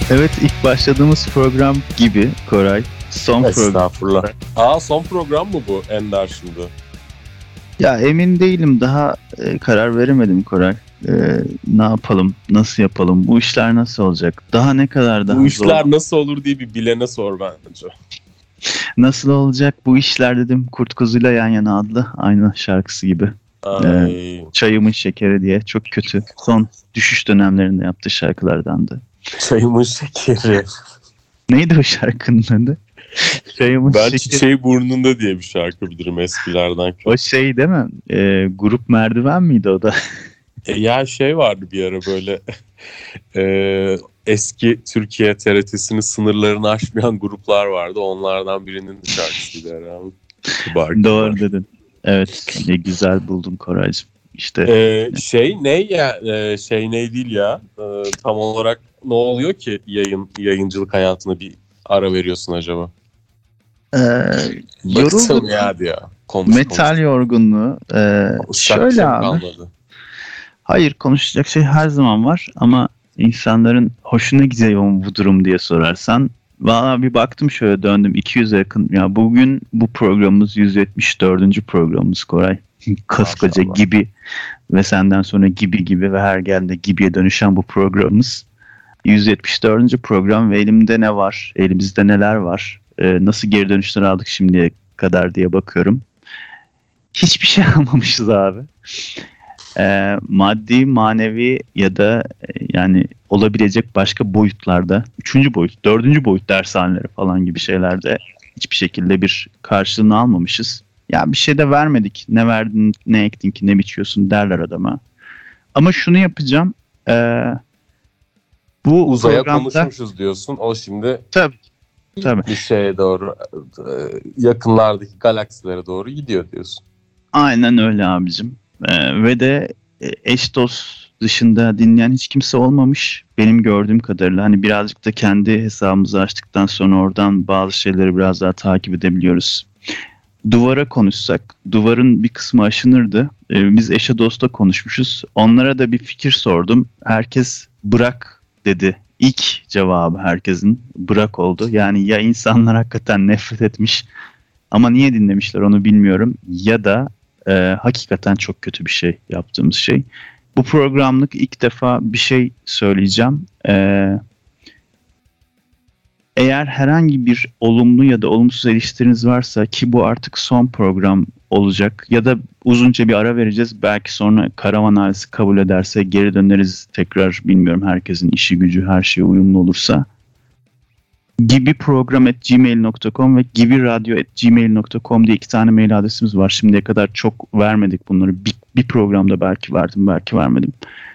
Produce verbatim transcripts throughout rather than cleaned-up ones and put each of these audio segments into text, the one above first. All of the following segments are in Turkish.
Evet, ilk başladığımız program gibi Koray. Son program. Estağfurullah. Aa, son program mı bu Ender şimdi? Ya emin değilim, daha e, karar veremedim Koray. E, ne yapalım, nasıl yapalım, bu işler nasıl olacak, daha ne kadar daha Bu işler zor. nasıl olur diye bir bilene sor bence. Nasıl olacak bu işler dedim, Kurt Kuzuyla Yan Yana adlı aynı şarkısı gibi. Ay. E, Çayımın Şekeri diye çok kötü. Son düşüş dönemlerinde yaptığı şarkılardandı. Çayımın şekeri. Neydi o şarkının adı? Çayımın Ben Şekeri. Çiçeği Burnunda diye bir şarkı bilirim eskilerden. O şey değil mi? E, grup Merdiven miydi o da? E, ya şey vardı bir ara böyle e, eski Türkiye T R T'sinin sınırlarını aşmayan gruplar vardı. Onlardan birinin şarkısıydı herhalde. Kibar, Doğru kibar. dedin. Evet, ne güzel buldun Koraycığım. İşte Ee, şey ne ya e, şey ne değil ya Ee, tam olarak ne oluyor ki yayın yayıncılık hayatına bir ara veriyorsun acaba? e, Bıktım yorulduk. ya diyor. Konuş, Metal konuş. yorgunluğu. E, Konuşacak bir şöyle şey mi abi. kalmadı? Hayır, konuşacak şey her zaman var ama insanların hoşuna gidiyor mu bu durum diye sorarsan. Valla bir baktım, şöyle döndüm, iki yüze yakın. Ya bugün bu programımız yüz yetmiş dördüncü programımız Koray. Koskoca Maşallah. gibi ve senden sonra gibi gibi ve her geldiğinde gibiye dönüşen bu programımız. yüz yetmiş dördüncü program ve elimde ne var? Elimizde neler var? Ee, nasıl geri dönüşler aldık şimdiye kadar diye bakıyorum. Hiçbir şey almamışız abi. Ee, maddi, manevi ya da e, yani olabilecek başka boyutlarda, üçüncü boyut, dördüncü boyut dershaneleri falan gibi şeylerde hiçbir şekilde bir karşılığını almamışız. Ya bir şey de vermedik. Ne verdin, ne ektin ki, ne biçiyorsun derler adama. Ama şunu yapacağım. Ee, bu Uzaya programda konuşmuşuz diyorsun. O şimdi tabii tabii. bir şeye doğru e, yakınlardaki galaksilere doğru gidiyor diyorsun. Aynen öyle abicim. Ee, ve de e, eş dost dışında dinleyen hiç kimse olmamış benim gördüğüm kadarıyla. Hani birazcık da kendi hesabımızı açtıktan sonra oradan bazı şeyleri biraz daha takip edebiliyoruz. Duvara konuşsak, duvarın bir kısmı aşınırdı. Ee, biz eşe dosta konuşmuşuz. Onlara da bir fikir sordum. Herkes bırak dedi. İlk cevabı herkesin bırak oldu. Yani ya insanlar hakikaten nefret etmiş ama niye dinlemişler onu bilmiyorum. Ya da e, hakikaten çok kötü bir şey yaptığımız şey. Bu programlık ilk defa bir şey söyleyeceğim. Eee Eğer herhangi bir olumlu ya da olumsuz eleştiriniz varsa, ki bu artık son program olacak ya da uzunca bir ara vereceğiz. Belki sonra Karavan ailesi kabul ederse geri döneriz tekrar, bilmiyorum, herkesin işi gücü her şey uyumlu olursa. gibiprogram at gmail nokta com ve gibiradyo at gmail nokta com diye iki tane mail adresimiz var. Şimdiye kadar çok vermedik bunları. Bir, bir programda belki verdim, belki vermedim.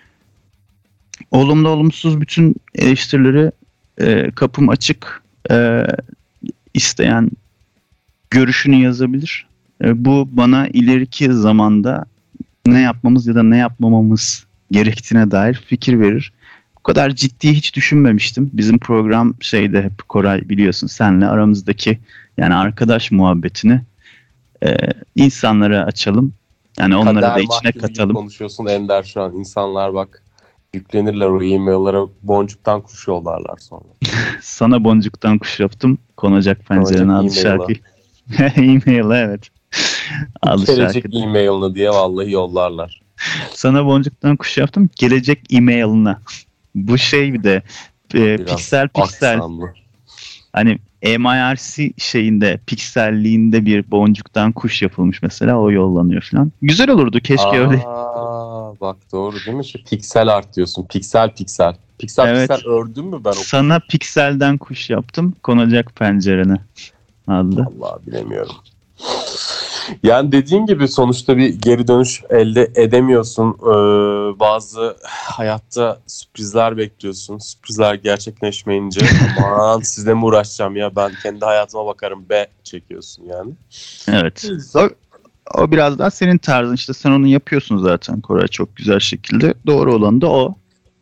Olumlu olumsuz bütün eleştirileri e, kapım açık. E, isteyen görüşünü yazabilir. E, bu bana ileriki zamanda ne yapmamız ya da ne yapmamamız gerektiğine dair fikir verir. Bu kadar ciddi hiç düşünmemiştim. Bizim program şeyde hep Koray, biliyorsun, senle aramızdaki yani arkadaş muhabbetini e, insanlara açalım. Yani onları Kader da içine mahkemi gibi katalım. konuşuyorsun Ender şu an. İnsanlar bak yüklenirler o e-mail'lara, boncuktan kuş yollarlar sonra. Sana boncuktan kuş yaptım. Konacak pencerene adlı şarkı. E-mail'a evet. Adlı Gelecek şarkı. e-mail'ını diye vallahi yollarlar. Sana boncuktan kuş yaptım. Gelecek e-mail'ına. Bu şey bir de e, piksel piksel. Aksanlı. Hani M I R C şeyinde, pikselliğinde bir boncuktan kuş yapılmış mesela, o yollanıyor falan. Güzel olurdu keşke. Aa, öyle. Bak doğru değil mi? Şu piksel art diyorsun. Piksel piksel. Piksel Evet. piksel ördün mü ben o Sana kuşu? Pikselden kuş yaptım. Konacak pencerene adlı. Vallahi bilemiyorum. Yani dediğin gibi sonuçta bir geri dönüş elde edemiyorsun. Ee, bazı hayatta sürprizler bekliyorsun. Sürprizler gerçekleşmeyince aman sizle mi uğraşacağım ya, ben kendi hayatıma bakarım be çekiyorsun yani. Evet. O, o biraz daha senin tarzın, işte sen onu yapıyorsun zaten Koray çok güzel şekilde. Doğru olan da o.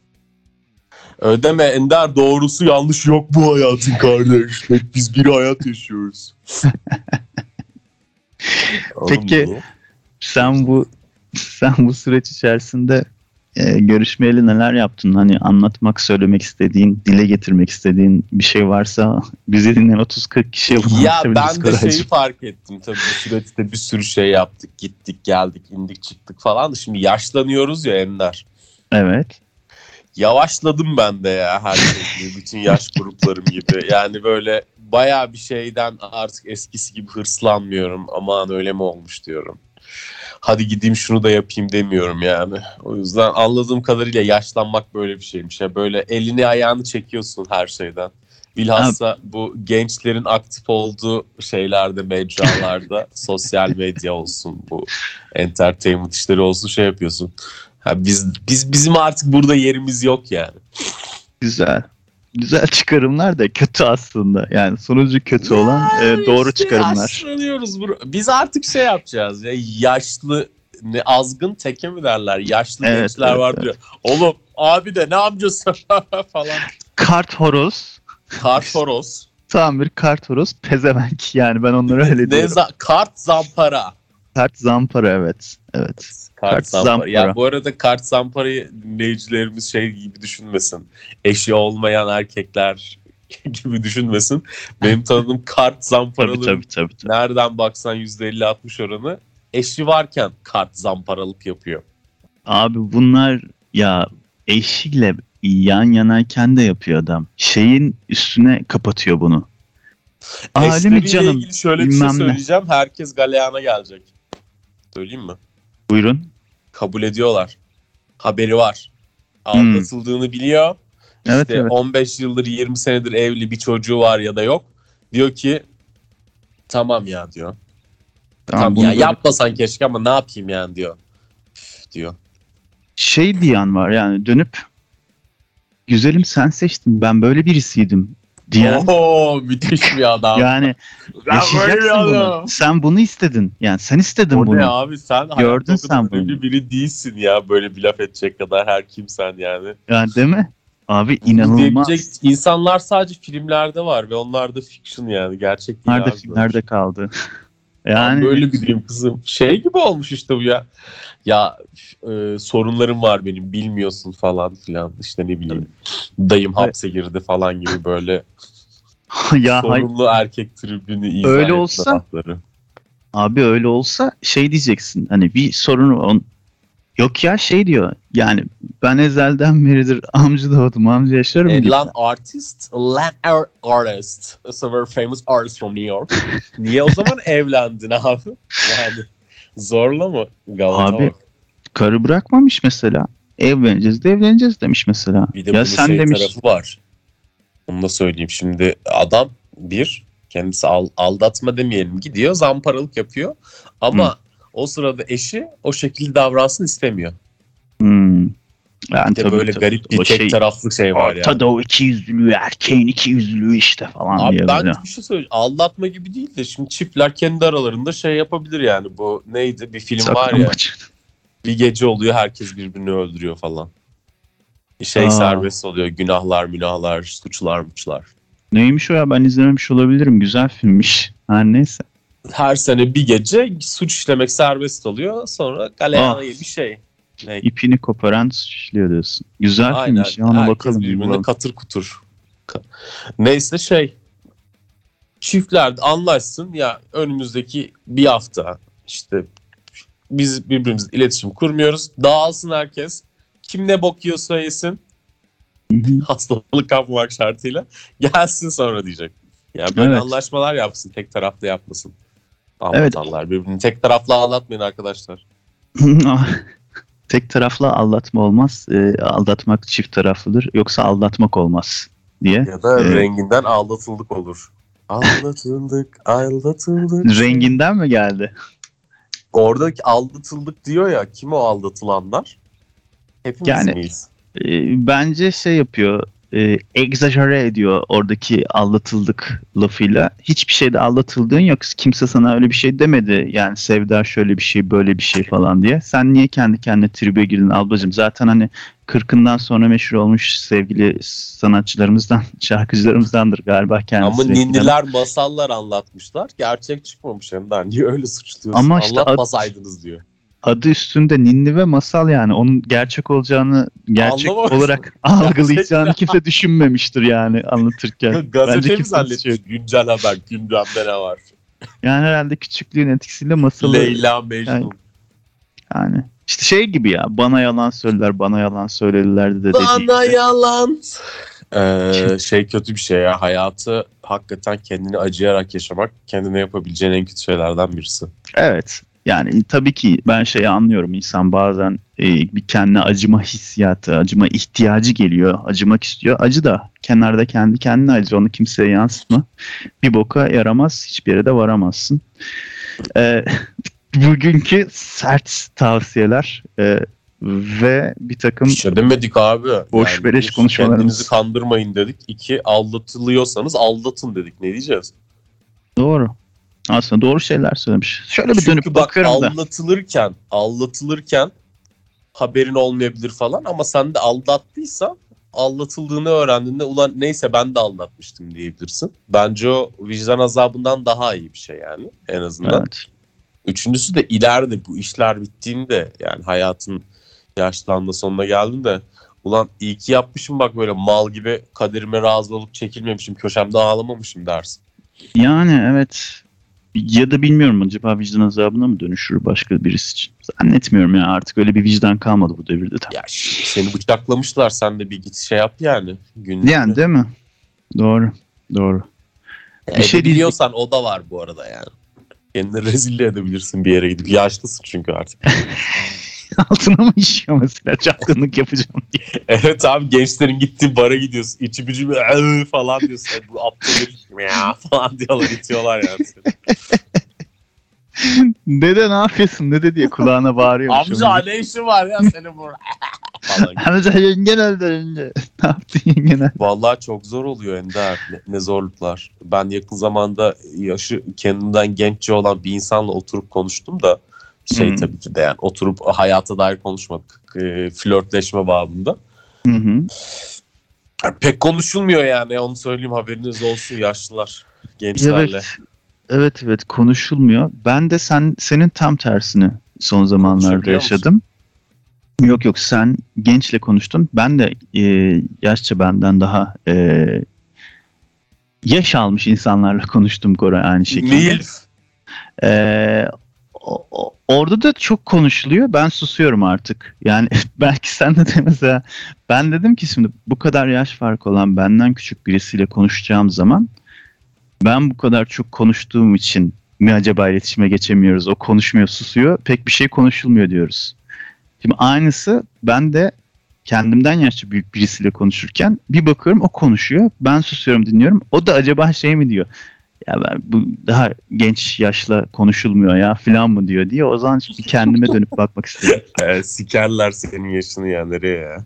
Ödeme Ender, doğrusu yanlış yok bu hayatın kardeş. Hep biz bir hayat yaşıyoruz. Peki sen bu sen bu süreç içerisinde e, görüşmeyeli neler yaptın? Hani anlatmak, söylemek istediğin, dile getirmek istediğin bir şey varsa bizi dinleyen otuz kırk kişiye bunu Ya anlatabiliriz ben de şeyi Koraycığım. fark ettim tabii, bu süreçte bir sürü şey yaptık. Gittik geldik, indik çıktık falan da şimdi yaşlanıyoruz ya Ender. Evet. Yavaşladım ben de ya, her şey gibi, bütün yaş gruplarım gibi. Yani böyle bayağı bir şeyden artık eskisi gibi hırslanmıyorum. Aman öyle mi olmuş diyorum. Hadi gideyim şunu da yapayım demiyorum yani. O yüzden anladığım kadarıyla yaşlanmak böyle bir şeymiş. Ya böyle elini ayağını çekiyorsun her şeyden. Bilhassa bu gençlerin aktif olduğu şeylerde, mecralarda, sosyal medya olsun, bu entertainment işleri olsun, şey yapıyorsun. Ha biz biz bizim artık burada yerimiz yok yani. Güzel. Güzel çıkarımlar da kötü aslında. Yani sonucu kötü olan Yani e, doğru işte çıkarımlar. yaşlanıyoruz bro. Biz artık şey yapacağız ya, yaşlı ne azgın teke mi derler? Yaşlı Evet, gençler evet, var evet. diyor. Oğlum abi de ne amcası falan. Kart horoz. Kart horoz. Tam bir kart horoz pezevenk. Yani ben onları öyle Ne diyorum. za- kart zampara. Kart zampara, evet. Evet. Kart, Kart zampara. zampara. Ya bu arada kart zamparayı dinleyicilerimiz şey gibi düşünmesin. Eşi olmayan erkekler gibi düşünmesin. Benim tanıdığım kart Tabii zamparaların tabii tabii. tabii. nereden baksan yüzde elli altmış oranı eşi varken kart zamparalık yapıyor. Abi bunlar ya eşiyle yan yanayken de yapıyor adam. Şeyin üstüne kapatıyor bunu. Alemi Eşleriyle canım ilgili şöyle bir şey bilmem ne. söyleyeceğim. Herkes galeyana gelecek. Söyleyeyim mi? Buyurun. Kabul ediyorlar. Haberi var. Aldatıldığını biliyor. Evet, İşte evet. on beş yıldır yirmi senedir evli, bir çocuğu var ya da yok. Diyor ki tamam ya diyor. Tamam, Tamam bunu ya böyle- yapmasan keşke ama ne yapayım yani diyor. Üf, diyor. Şey diyen var yani dönüp güzelim sen seçtin ben böyle birisiydim diyen. Oho müthiş bir adam. Yani Ben böyle bir yaşayacaksın bunu. adamım. Sen bunu istedin. Yani sen istedin O bunu. ne abi, sen Gördün hayatta o sen kadar bunu. önemli biri değilsin ya, böyle bir laf edecek kadar her kimsen yani. Yani değil mi? Abi Bunu inanılmaz. diyebilecek insanlar sadece filmlerde var ve onlar da fiction yani, gerçek değil Nerede abi. filmlerde kaldı. Ben Yani böyle biriyim kızım. Şey gibi olmuş işte bu ya. Ya e, sorunlarım var benim, bilmiyorsun falan filan, işte ne bileyim. Dayım hapse girdi falan gibi böyle ya hay- sorunlu erkek tribünü izah Öyle etme olsa- lafları. abi öyle olsa şey diyeceksin. Hani bir sorunu on yok ya şey diyor. Yani ben ezelden beridir amca doğdum amca yaşarım E, gibi. lan artist, lan ar- artist. It's a very famous artist from New York. Niye o zaman evlendin abi? Yani zorla mı? Galata Abi bak. karı bırakmamış mesela. Evleneceğiz de evleneceğiz demiş mesela. Bir de Ya bunun sen şey demiş. tarafı var. Onu da söyleyeyim. Şimdi adam bir, kendisi al- aldatma demeyelim, gidiyor zamparalık yapıyor. Ama Hı. o sırada eşi o şekilde davransın istemiyor. Hmm. Yani Bir de tabii, böyle tabii. garip bir O tek şey, taraflı şey var Orta yani. Doğu ikiyüzlülüğü, erkeğin ikiyüzlülüğü işte falan Abi diye ben böyle. bir şey söyleyeyim. Aldatma gibi değil de şimdi çiftler kendi aralarında şey yapabilir yani. Bu neydi? Bir film var ya. Saklambaç. Bir gece oluyor, herkes birbirini öldürüyor falan. Şey Aa. serbest oluyor. Günahlar, münahlar, suçlar, muçlar. Neymiş o ya, ben izlememiş olabilirim. Güzel filmmiş. Her neyse. Her sene bir gece suç işlemek serbest oluyor. Sonra galeyana Ah. gibi bir şey. Ne? İpini koparan suç işliyor diyorsun. Güzel Aynen. filmmiş ya, ona Herkes bakalım. birbirine bulalım. katır kutur. Ka- Neyse şey. Çiftler de anlaşsın ya, önümüzdeki bir hafta işte biz birbirimizle iletişim kurmuyoruz. Dağılsın herkes. Kim ne bok yiyorsa yesin. Hı hı. Hastalık kapmamak şartıyla. Gelsin sonra diyecek. Yani böyle Evet. anlaşmalar yapsın. Tek taraflı yapmasın. Anlatanlar birbirini tek taraflı anlatmayın arkadaşlar. Tek taraflı aldatma olmaz. E, aldatmak çift taraflıdır. Yoksa aldatmak olmaz diye. Ya da Evet. renginden aldatıldık olur. Aldatıldık, aldatıldık. Renginden mi geldi? Oradaki aldatıldık diyor ya, kim o aldatılanlar? Hepimiz Yani- miyiz? E, bence şey yapıyor. E, egzajere ediyor oradaki aldatıldık lafıyla. Hiçbir şeyde aldatıldığın yok. Kimse sana öyle bir şey demedi. Yani Sevda şöyle bir şey, böyle bir şey falan diye. Sen niye kendi kendine tribe girdin ablacığım? Zaten hani kırkından sonra meşhur olmuş sevgili sanatçılarımızdan, şarkıcılarımızdandır galiba kendisi. Ama ninniler masallar anlatmışlar. Gerçek çıkmamış Ender. Niye öyle suçluyorsun? Ama işte ad- Anlatmasaydınız diyor. adı üstünde ninni ve masal yani. Onun gerçek olacağını, gerçek Anlamamışsın. olarak algılayacağını kimse düşünmemiştir yani anlatırken. Bence Gazete mi kimse zannetmiş? düşünüyor. Güncel haber, gündemde ne var? Yani herhalde küçüklüğün etkisiyle masalı Leyla Mecnun. yani, yani işte şey gibi ya, bana yalan söyler, bana yalan söylediler de Bana dediği. yalan. Ee, şey kötü bir şey ya. Hayatı hakikaten kendini acıyarak yaşamak kendine yapabileceğin en kötü şeylerden birisi. Evet. Yani tabii ki ben şeyi anlıyorum. İnsan bazen e, bir kendine acıma hissiyatı, acıma ihtiyacı geliyor. Acımak istiyor. Acı da kenarda kendi kendine acı. Onu kimseye yansıtma. Bir boka yaramaz. Hiçbir yere de varamazsın. E, bugünkü sert tavsiyeler e, ve bir takım Bir şey demedik abi. boş beleş bir, konuşmalarımız. Kendinizi kandırmayın dedik. İki, aldatılıyorsanız aldatın dedik. Ne diyeceğiz? Doğru. Aslında doğru şeyler söylemiş. Şöyle bir dönüp Çünkü bak bakıyorum da. aldatılırken, aldatılırken haberin olmayabilir falan ama sen de aldattıysan aldatıldığını öğrendiğinde ulan neyse ben de aldatmıştım diyebilirsin. Bence o vicdan azabından daha iyi bir şey yani en azından. Evet. Üçüncüsü de ileride bu işler bittiğinde yani hayatın yaşlanma sonuna geldiğinde ulan iyi ki yapmışım bak böyle mal gibi kaderime razı olup çekilmemişim köşemde ağlamamışım dersin. Yani evet. Ya da bilmiyorum, acaba vicdan azabına mı dönüşür başka birisi için? Zannetmiyorum ya, artık öyle bir vicdan kalmadı bu devirde. Ya seni bıçaklamışlar sen de bir git şey yap yani. Günlük Yani değil mi? Doğru. Doğru. bir şey biliyorsan o da var bu arada yani. Kendini rezil edebilirsin bir yere gidip. Yaşlısın çünkü artık. Altına mı işiyor mesela çapkınlık yapacağım diye. Evet abi gençlerin gittiği bara gidiyorsun. İçi bücü falan diyorsun. Bu aptal bir ya falan diyorlar itiyorlar yani seni. Dede ne yapıyorsun dede diye kulağına bağırıyormuş. Amca ne işin var ya senin burada? falan gibi. Amca yengen öldü önce. Ne yaptın yengen öldü? Vallahi çok zor oluyor Ender. Ne, ne zorluklar. Ben yakın zamanda yaşı kendinden genççe olan bir insanla oturup konuştum da şey Hmm. tabii ki de yani oturup hayata dair konuşmadık. E, flörtleşme babında. Hı hı. Pek konuşulmuyor yani onu söyleyeyim haberiniz olsun yaşlılar gençlerle. Evet. Evet evet konuşulmuyor. Ben de sen senin tam tersini son zamanlarda Konuşabiliyor musun? yaşadım. Yok yok, sen gençle konuştun. Ben de e, yaşça benden daha e, yaş almış insanlarla konuştum Koray aynı şekilde. Milf. E, o- o- orada da çok konuşuluyor. Ben susuyorum artık. Yani belki sen de, de mesela ben dedim ki şimdi bu kadar yaş farkı olan benden küçük birisiyle konuşacağım zaman ben bu kadar çok konuştuğum için mi acaba iletişime geçemiyoruz? O konuşmuyor, susuyor. Pek bir şey konuşulmuyor diyoruz. Şimdi aynısı ben de kendimden yaşça büyük birisiyle konuşurken bir bakıyorum o konuşuyor. Ben susuyorum, dinliyorum. O da acaba şey mi diyor? Ya ben bu daha genç yaşla konuşulmuyor ya filan mı diyor diye. O zaman bir kendime dönüp bakmak istedim. E, sikerler senin yaşını ya nereye ya?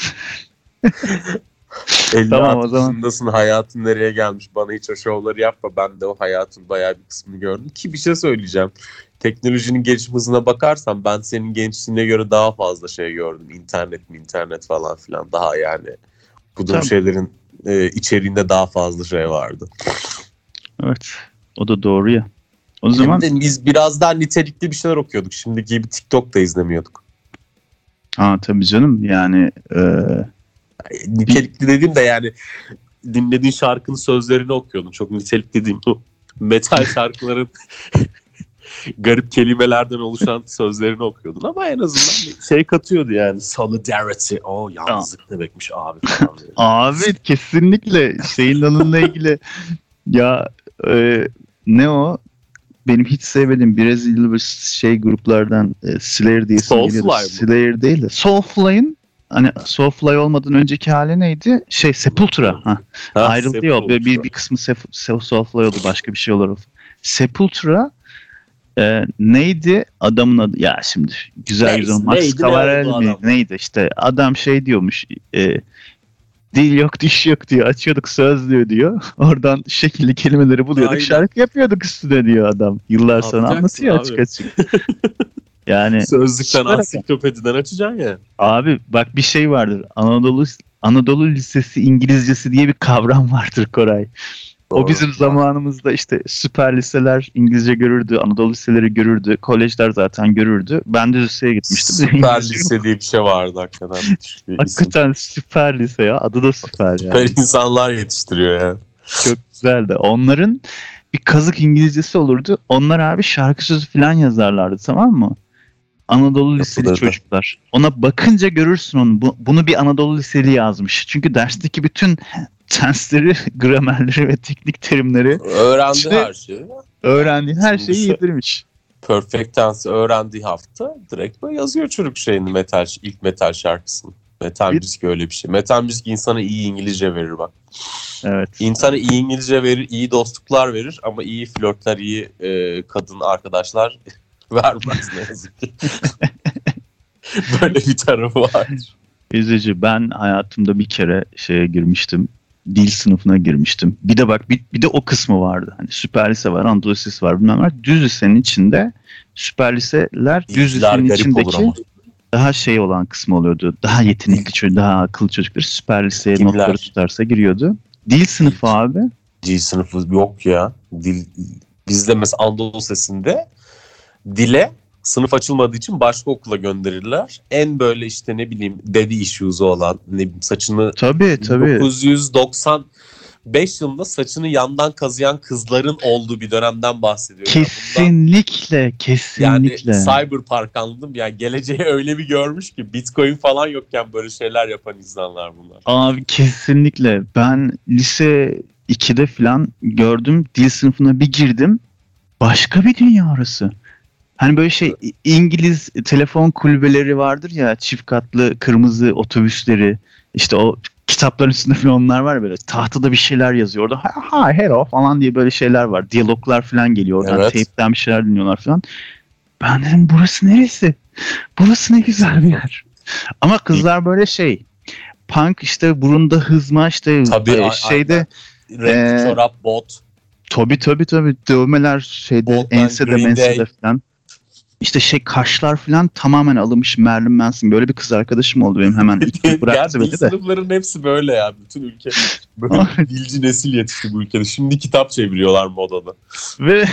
elli Tamam, o zaman. yaşındasın hayatın nereye gelmiş bana hiç o şovları yapma ben de o hayatın bayağı bir kısmını gördüm ki bir şey söyleyeceğim teknolojinin gelişim hızına bakarsan ben senin gençliğine göre daha fazla şey gördüm internet mi internet falan filan daha yani bu tür Tabii. şeylerin e, içeriğinde daha fazla şey vardı. Evet. O da doğru ya. O zaman Hem de biz biraz daha nitelikli bir şeyler okuyorduk şimdiki gibi TikTok da izlemiyorduk. ha tabii canım yani e, Nitelikli dediğim de yani dinlediğin şarkının sözlerini okuyordun. Çok nitelikli dediğim bu metal şarkıların garip kelimelerden oluşan sözlerini okuyordun ama en azından bir şey katıyordu yani. Solidarity. O yalnızlık demekmiş abi falan. diye. abi kesinlikle şeyin onunla ilgili ya e, ne o? Benim hiç sevmediğim Brezilyalı bir şey gruplardan e, Slayer diye isim geliyordu. Soulfly mı? Slayer değil de Soulfly'ın hani Soulfly olmadan önceki hali neydi? Şey Sepultura. Ha. Ha, Ayrıldı ya. Sepultura. Bir, bir, bir kısmı Sef- Sef- Soulfly oldu. Başka bir şey olur. Sepultura e, neydi adamın adı? Ya şimdi güzel Neyse, güzel. Max neydi, ne Cavarel oldu mi? adam? Neydi işte adam şey diyormuş. E, dil yok diş yok diyor. Açıyorduk sözlüğü diyor. Oradan şekilli kelimeleri buluyorduk. Aynen. Şarkı yapıyorduk üstüne diyor adam. Yıllar sonra Yapacaksın anlatıyor abi. açık açık. Yani Sözlükten Şöyle- ansiklopediden açacaksın ya. abi bak bir şey vardır. Anadolu Anadolu Lisesi İngilizcesi diye bir kavram vardır Koray. O bizim zamanımızda işte süper liseler İngilizce görürdü, Anadolu liseleri görürdü, kolejler zaten görürdü. Ben de liseye gitmiştim. Süper lise diye bir şey vardı hakikaten. Hakikaten süper lise ya. Adı da süper yani. Süper insanlar yetiştiriyor yani. Çok güzeldi. Onların bir kazık İngilizcesi olurdu. Onlar abi şarkı sözü falan yazarlardı, tamam mı? Anadolu Liseli Yapılırdı. çocuklar. Ona bakınca görürsün onu. Bu, bunu bir Anadolu Liseli yazmış. Çünkü dersteki bütün tensleri, gramerleri ve teknik terimleri Öğrendi İşte- her şeyi. öğrendiği her Şimdi şeyi ise- yedirmiş. Perfect Tense öğrendiği hafta direkt böyle yazıyor çocuk şeyini, metal, ilk metal şarkısını. Metal Bir- müzik öyle bir şey. Metal müzik insana iyi İngilizce verir bak. Evet. İnsana iyi İngilizce verir, iyi dostluklar verir ama iyi flörtler, iyi e, kadın arkadaşlar vermez ne yazık ki. Böyle bir tarafı var. Üzücü. Ben hayatımda bir kere şeye girmiştim. Dil sınıfına girmiştim. Bir de bak bir, bir de o kısmı vardı. Hani süper lise var, Anadolu lisesi var, bilmem var. Düz lisenin içinde süper liseler düz İlkler lisenin garip olur içindeki ama. daha şey olan kısmı oluyordu. Daha yetenekli çocuk, daha akıllı çocuklar süper liseye Kimler? notları tutarsa giriyordu. Dil sınıfı abi. Dil sınıfı yok ya. Dil, bizde mesela Anadolu Lisesi'nde dile sınıf açılmadığı için başka okula gönderirler. En böyle işte ne bileyim daddy issues'u olan, ne bileyim saçını Tabii tabii. dokuz yüz doksan beş yılında saçını yandan kazıyan kızların olduğu bir dönemden bahsediyorum. Yani bundan- Kesinlikle, Yani kesinlikle. Cyberpunk anladım. Yani geleceği öyle bir görmüş ki Bitcoin falan yokken böyle şeyler yapan insanlar bunlar. Abi kesinlikle. Ben lise ikide falan gördüm. Dil sınıfına bir girdim. Başka bir dünya orası. Hani böyle şey İngiliz telefon kulübeleri vardır ya, çift katlı kırmızı otobüsleri, işte o kitapların üstünde falan onlar var ya, böyle tahtada bir şeyler yazıyor orada, ha, ha hello falan diye böyle şeyler var, diyaloglar falan geliyor oradan, Evet. teypten bir şeyler dinliyorlar falan. Ben dedim burası neresi? Burası ne güzel bir yer. Ama kızlar böyle şey punk, işte burunda hızma, işte Tabii, e, a- şeyde Renkli Ee, çorap, bot. tabii tabii tabii dövmeler şeyde, Old Man, ensede Green mensede Day. falan. İşte şey kaşlar falan tamamen alınmış Marilyn Manson. Böyle bir kız arkadaşım oldu benim, hemen ilk gün bıraktı Yani dil beni de. sınıflarının hepsi böyle ya. Bütün ülke böyle dilci nesil yetişti bu ülkede. Şimdi kitap çeviriyorlar modada. Ve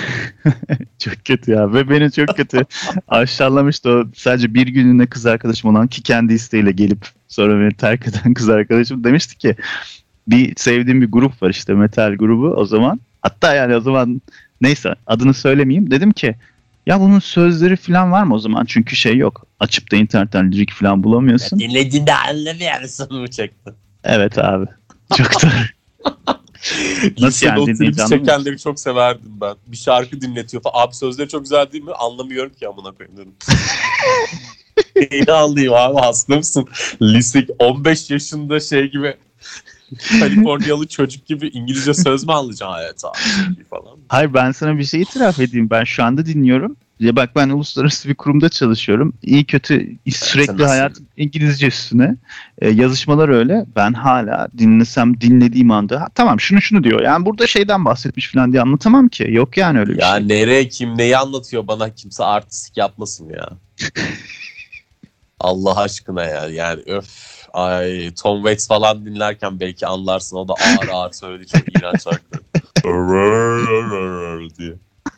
çok kötü ya. Ve beni çok kötü aşağılamıştı o sadece bir günlüğüne kız arkadaşım olan, ki kendi isteğiyle gelip sonra beni terk eden kız arkadaşım demişti ki bir sevdiğim bir grup var işte, metal grubu o zaman. Hatta yani o zaman neyse adını söylemeyeyim. Dedim ki ya bunun sözleri falan var mı o zaman? Çünkü şey yok. Açıp da internetten lirik falan bulamıyorsun. Dinlediğinde anlamıyor musun mu çekti? Evet abi. Çok da Nasıl yani yani? O dinleyince tribi anlamıyor çekenleri çok severdim ben. Bir şarkı dinletiyor falan. Abi sözleri çok güzel değil mi? Anlamıyorum ki amına koyayım dedim. Neyini anlayayım abi, hasta mısın? Lise on beş yaşında şey gibi Kaliforniyalı çocuk gibi İngilizce söz mü anlayacaksın hayat abi falan. Hayır, ben sana bir şey itiraf edeyim. Ben şu anda dinliyorum. Ya bak, ben uluslararası bir kurumda çalışıyorum. İyi kötü sürekli nasıl? hayatım İngilizce üstüne. Ee, yazışmalar öyle. Ben hala dinlesem dinlediğim anda ha, tamam şunu şunu diyor. Yani burada şeyden bahsetmiş falan diye anlatamam ki. Yok yani öyle bir Ya şey. nereye kim neyi anlatıyor, bana kimse artistik yapmasın ya. Allah aşkına ya, yani öf. Ay, Tom Waits falan dinlerken belki anlarsın, o da ağır ağır söyledi çok iğrenç şarkı. diye.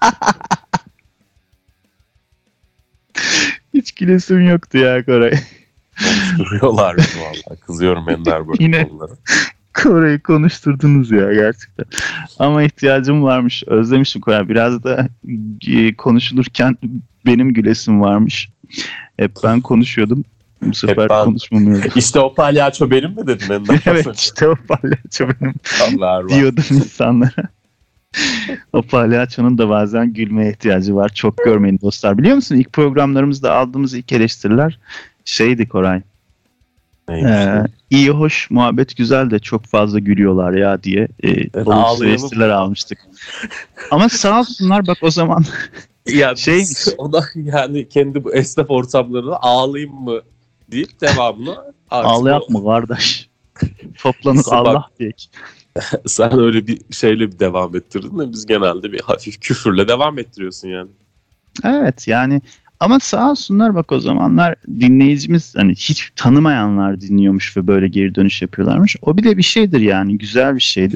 Hiç gülesim yoktu ya Koray. Konuşturuyorlar beni valla. Kızıyorum Ender böyle Yine- konulara. Koray'ı konuşturdunuz ya gerçekten. Ama ihtiyacım varmış. Özlemişim Koray. Biraz da e, konuşulurken benim gülesim varmış. Hep ben konuşuyordum. Bu sefer ben. konuşmamıyorum. İşte o palyaço benim mi dedin Ender? Evet işte o palyaço benim Allah diyordum insanlara. O palyaçonun da bazen gülmeye ihtiyacı var. Çok görmeyin dostlar. Biliyor musun ilk programlarımızda aldığımız ilk eleştiriler şeydi Koray. Ee, iyi hoş muhabbet güzel de çok fazla gülüyorlar ya diye e, olumsuz ağlayalım. eleştiriler almıştık. Ama sağ olsunlar bak o zaman Ya Şey- şey ona yani kendi bu esnaf ortamlarında ağlayayım mı deyip devamını artık ağlayak o- mı kardeş? Toplanıp Bak- Allah diye. sen öyle bir şeyle bir devam ettirdin de biz genelde bir hafif küfürle devam ettiriyorsun yani. Evet yani ama sağ olsunlar bak o zamanlar dinleyicimiz hani hiç tanımayanlar dinliyormuş ve böyle geri dönüş yapıyorlarmış. O bile bir şeydir yani, güzel bir şeydi.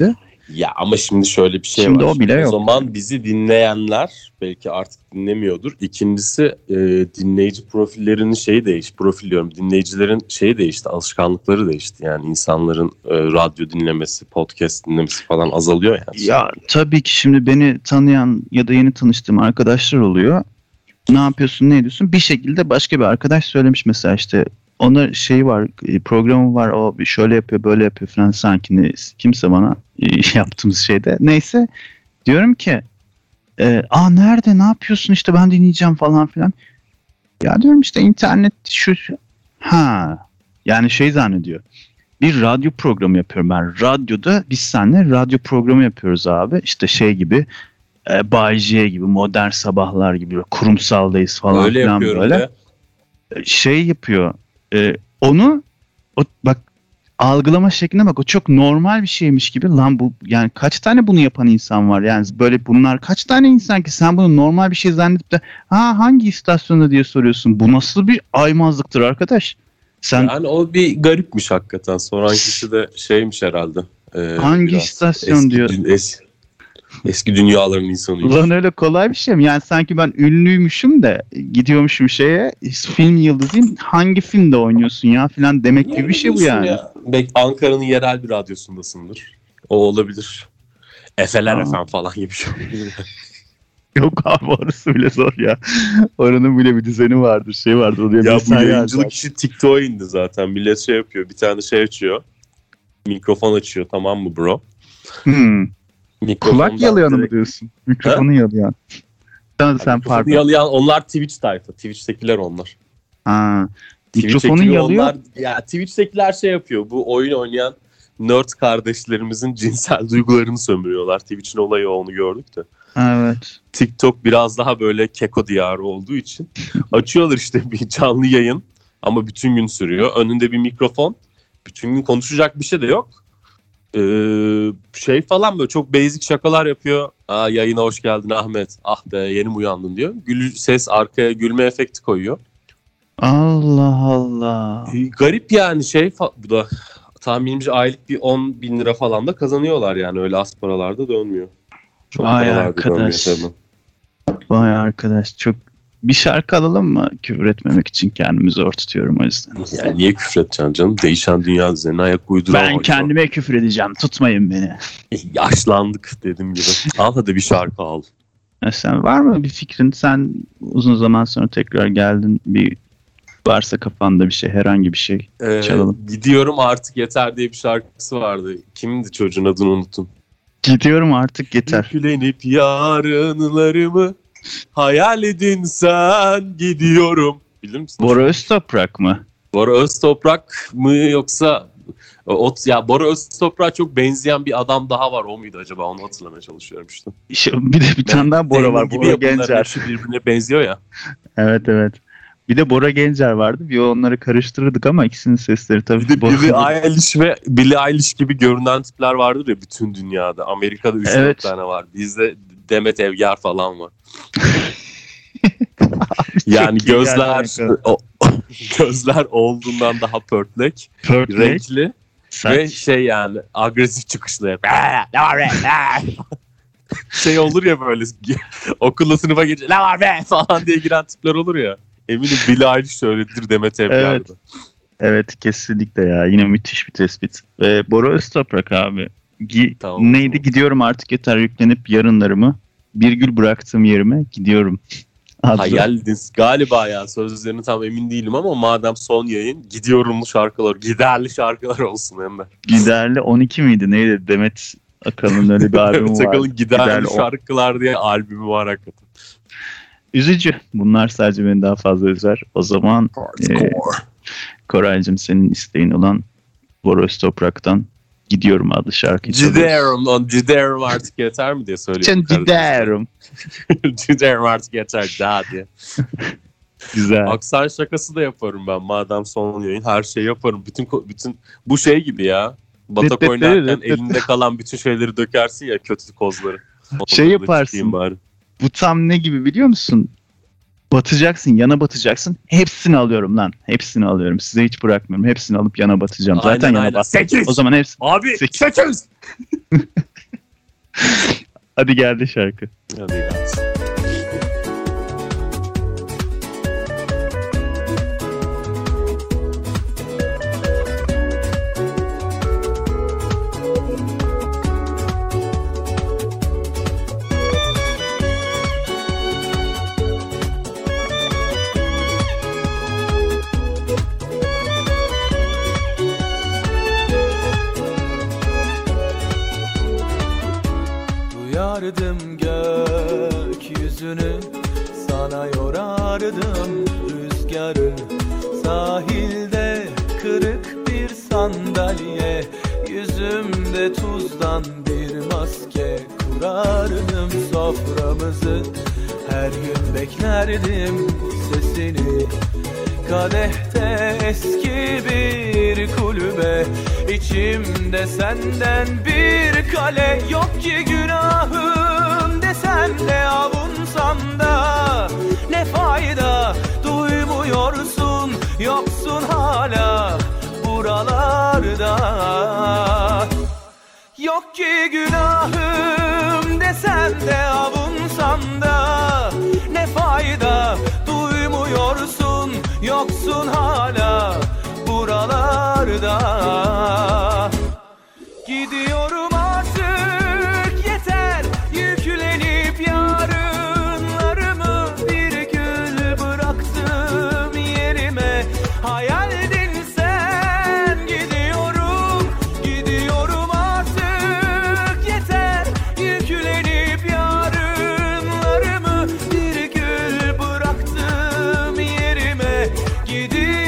Ya ama şimdi şöyle bir şey Şimdi var. o bile O yok. zaman bizi dinleyenler belki artık dinlemiyordur. İkincisi e, dinleyici profillerinin şeyi değişti. Profil diyorum. Dinleyicilerin şeyi değişti. Alışkanlıkları değişti. Yani insanların e, radyo dinlemesi, podcast dinlemesi falan azalıyor yani. Ya tabii ki şimdi beni tanıyan ya da yeni tanıştığım arkadaşlar oluyor. Ne yapıyorsun, ne ediyorsun? Bir şekilde başka bir arkadaş söylemiş mesela işte ona şey var, e, programı var, o bir şöyle yapıyor, böyle yapıyor falan sanki ne, kimse bana e, yaptığımız şeyde. Neyse diyorum ki e, aa nerede, ne yapıyorsun işte ben dinleyeceğim falan filan. Ya diyorum işte internet şu, şu. Ha yani şey zannediyor. Bir radyo programı yapıyorum ben. Radyoda biz seninle radyo programı yapıyoruz abi. İşte şey gibi e, Bay J gibi, Modern Sabahlar gibi kurumsaldayız falan Öyle filan yapıyorum böyle. de. Şey yapıyor. E, onu o, bak algılama şekline bak, o çok normal bir şeymiş gibi. Lan bu yani kaç tane bunu yapan insan var? Yani böyle bunlar kaç tane insan ki sen bunu normal bir şey zannedip de ha hangi istasyonda diye soruyorsun. Bu nasıl bir aymazlıktır arkadaş? Sen Yani o bir garipmiş hakikaten. Sorankisi de şeymiş herhalde. E, hangi biraz istasyon eski, diyor. dün- es, eski dünyaların insanıymış. Ulan öyle kolay bir şey mi? Yani sanki ben ünlüymüşüm de gidiyormuşum şeye, film yıldızıyım, hangi filmde oynuyorsun ya filan demek gibi bir şey bu yani. Ya. Belki Ankara'nın yerel bir radyosundasındır. O olabilir. Efeler Aa. Efem falan gibi bir şey olabilir. Yok abi orası bile zor ya. Oranın bile bir düzeni vardır, şey vardır. Oraya Ya bu mesai yayıncılık harcar. işi TikTok'a indi zaten. Millet şey yapıyor. Bir tane şey açıyor. Mikrofon açıyor, tamam mı bro? Hmm. Mikrofondan Kulak yalayanı mı direkt- diyorsun? Mikrofonu yalayan. Sen, sen Mikrofonu pardon. yalayan onlar Twitch tayfa. Twitch'tekiler onlar. Ha. Twitch Mikrofonu ekibi yalıyor. Onlar, ya Twitch'tekiler şey yapıyor. Bu oyun oynayan nerd kardeşlerimizin cinsel duygularını sömürüyorlar. Twitch'in olayı onu gördük de. Evet. TikTok biraz daha böyle keko diyarı olduğu için açıyorlar işte bir canlı yayın ama bütün gün sürüyor. Önünde bir mikrofon. Bütün gün konuşacak bir şey de yok. Ee, şey falan böyle çok basic şakalar yapıyor. Aa, yayına hoş geldin Ahmet. Ah be yeni mi uyandın diyor. Gül, ses arkaya gülme efekti koyuyor. Allah Allah. Ee, garip yani şey fa- bu da tahminimce aylık bir on bin lira falan da kazanıyorlar yani öyle az paralarda dönmüyor. Çok Vay paralarda dönmüyor arkadaş. tabii. Vay arkadaş, çok bir şarkı alalım mı? Küfür etmemek için kendimi zor tutuyorum o yüzden. Yani niye küfür edeceksin canım? Değişen dünya düzenine ayak uyduramayız. Ben kendime küfür edeceğim. Tutmayın beni. Yaşlandık dediğim gibi. Al hadi bir şarkı al. Ya sen var mı bir fikrin? Sen uzun zaman sonra tekrar geldin. Bir varsa kafanda bir şey, herhangi bir şey Ee, çalalım. Gidiyorum artık yeter diye bir şarkısı vardı. Kimindi çocuğun adını unuttum. Gidiyorum artık yeter. Yüklenip yarınlarımı hayal edin sen gidiyorum. Bilir misin? Bora Öztoprak mı? Bora Öztoprak mı yoksa o, ya Bora Öztoprak'a çok benzeyen bir adam daha var. O muydu acaba? Onu hatırlamaya çalışıyorum işte. İşte bir de bir tane daha Bora var. Gibi Bora ya, bunların Gencer. hepsi birbirine benziyor ya. Evet evet. Bir de Bora Gencer vardı. Bir onları karıştırırdık ama ikisinin sesleri tabii. Bir de Bora- Billie Eilish ve Billie Eilish gibi görünen tipler vardır ya bütün dünyada. Amerika'da üç dört Evet. tane var. Bizde Demet Evgar falan var. Yani Çok iyi gözler gerçekten. o, gözler olduğundan daha pörtlek, Pörtlek, renkli ve saç. şey yani agresif çıkışlı. hep. Ne var be? Şey olur ya böyle okula sınıfa gelince ne var be falan diye giren tipler olur ya. Eminim Billie Eilish öyledir Demet Evgar'da. Evet. Evet kesinlikle ya. Yine müthiş bir tespit. Ee, Bora Öztoprak abi. Gi- Tamam. neydi? Gidiyorum artık yeter yüklenip yarınlarımı. Bir gül bıraktığım yerime gidiyorum. Adlı. Hayaldiniz galiba ya sözlerini tam emin değilim ama madem son yayın gidiyorumlu şarkılar, giderli şarkılar olsun hem de. Giderli on iki miydi? Neydi? Demet Akalın'ın öyle bir albümü Demet var. Akalın giderli, Giderli on- şarkılar diye albümü var hakikaten. Üzücü. Bunlar sadece beni daha fazla üzer. O zaman e, Koraycığım senin isteğin olan Bora Öztoprak'tan Gidiyorum adlı şarkıyı çalıyoruz. Giderim lan giderim artık yeter mi diye söylüyorum. Sen giderim. Giderim artık yeter daha diye. Güzel. Aksan şakası da yaparım ben madem son yayın her şeyi yaparım. Bütün ko- bütün bu şey gibi ya. Batak oynarken elinde kalan bütün şeyleri dökersin ya kötü kozları. Onları Şey da yaparsın. çıkayım bari. Bu tam ne gibi biliyor musun? Batacaksın, yana batacaksın. Hepsini alıyorum lan. Hepsini alıyorum. Size hiç bırakmıyorum. Hepsini alıp yana batacağım. Zaten Aynen, yana aynen. bat. Sekiz. O zaman hepsi Abi Sekiz. sekiz. Hadi geldi şarkı. Hadi gelsin. Duyardım gökyüzünü, sana yorardım rüzgarı. Sahilde kırık bir sandalye, yüzümde tuzdan bir maske kurardım soframızı. Her gün beklerdim sesini, kadehte eski bir kulübe. İçimde senden bir kale, yok ki günahım desem de avunsam da ne fayda, duymuyorsun, yoksun hala buralarda. Yok ki günahım desem de avunsam da ne fayda, duymuyorsun, yoksun hala buralarda. Gidiyorum artık, yeter, yüklenip yarınlarımı. Bir gül bıraktım yerime, hayaldin sen. Gidiyorum, gidiyorum artık, yeter, yüklenip yarınlarımı. Bir gül bıraktım yerime, gidiyorum.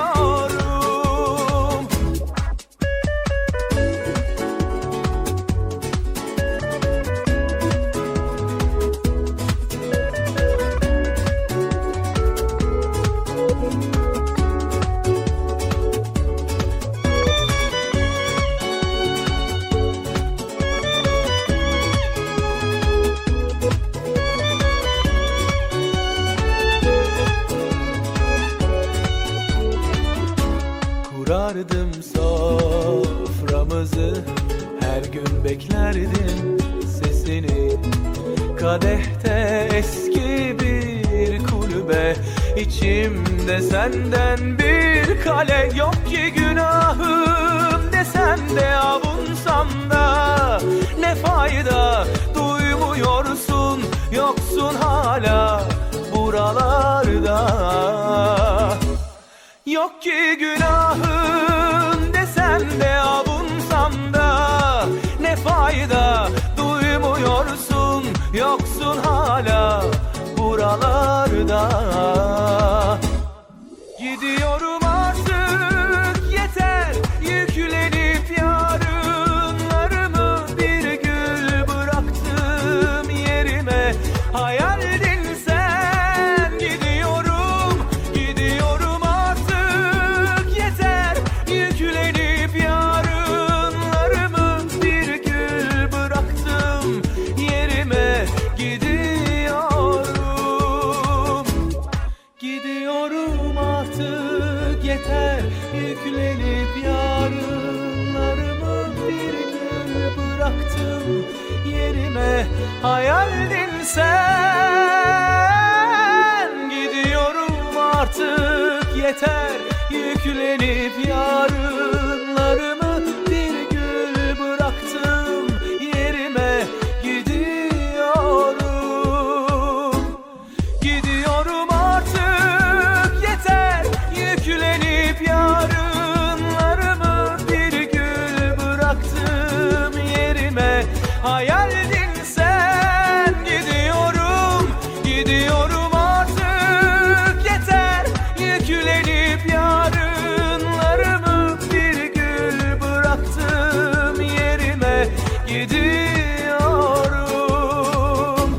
Kurardım soframızı, her gün beklerdim sesini. Kadehte eski bir kulübe, içimde senden bir kale. Yok ki günahım desem de avunsam da ne fayda, duymuyorsun, yoksun hala buralarda. Yok ki günahım desem de avunsam da ne fayda, duymuyorsun, yoksun hala buralarda. Gidiyorum artık, yeter, yüklenip yarınlarımı. Bir gül bıraktım yerime, hayaldin sen. Gidiyorum, gidiyorum artık, yeter, yüklenip yarınlarımı. Bir gül bıraktım yerime, gidiyorum. Gidiyorum artık, yeter, yüklenip yarınlarımı. Bir gül bıraktım yerime, hayaldin sen. Gidiyorum artık, yeter, yüklenip yarınlarımı. Bir gül bıraktım yerime, gidiyorum. Gidiyorum artık, yeter, yüklenip yarınlarımı. Bir gül bıraktım yerime, hayaldin sen. Gidiyorum, gidiyorum artık, yeter, yüklenip yarınlarımı. Bir gül bıraktım yerime, gidiyorum.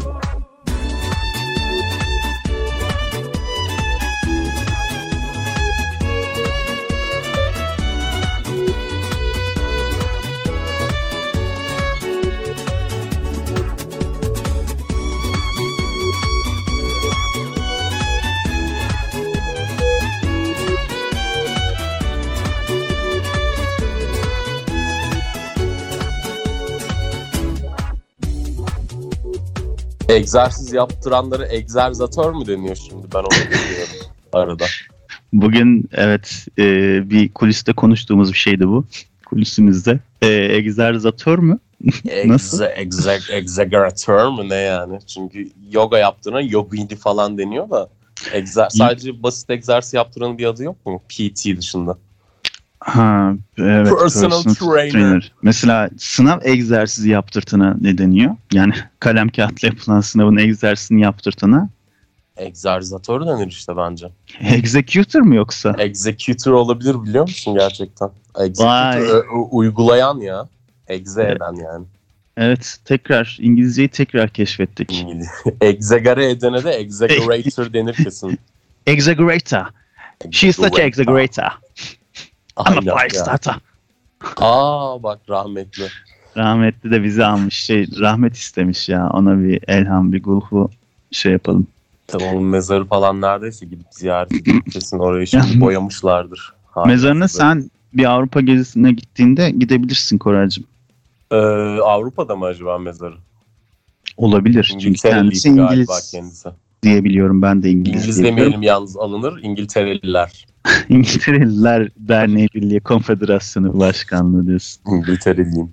Egzersiz yaptıranları egzerzatör mü deniyor şimdi? Ben onu bilmiyorum arada. Bugün evet e, bir kuliste konuştuğumuz bir şeydi bu. Kulisimizde. E, egzerzatör mü? Nasıl? Egze, egze, egzegeratör mü ne yani? Çünkü yoga yaptığına yogini falan deniyor da. Egzer, sadece basit egzersiz yaptıranın bir adı yok mu? P T dışında. Ha, evet. Personal, personal trainer. trainer. Mesela sınav egzersizi yaptırtana ne deniyor? Yani kalem kağıtla yapılan sınavın egzersizini yaptırtana. Egzerzatör denir işte bence. Executor mu yoksa? Executor olabilir biliyor musun gerçekten? Executor uygulayan ya. Egze Evet. eden yani. Evet, tekrar İngilizceyi tekrar keşfettik. İngiliz. Exagere edene de exaggerator denir kesin. Exaggerator. She's such an exaggerator. I'm a Aynen fire ya. starter. Aa bak rahmetli. Rahmetli de bizi almış. Şey, rahmet istemiş ya. Ona bir elham, bir gulhu şey yapalım. Tabii onun mezarı falan neredeyse gidip ziyaret edip kesin orayı şimdi boyamışlardır. Hala Mezarına mezarı. sen bir Avrupa gezisine gittiğinde gidebilirsin Koraycığım. Ee, Avrupa'da mı acaba mezarı? Olabilir. Çünkü İngiltereliydi kendisi galiba İngiliz kendisi. diye biliyorum. Ben de İngiliz, İngiliz diye biliyorum. demeyelim yalnız alınır. İngiltereliler. İngiltereliler Derneği Birliği Konfederasyonu Başkanlığı diyorsun. İngiltereliyim.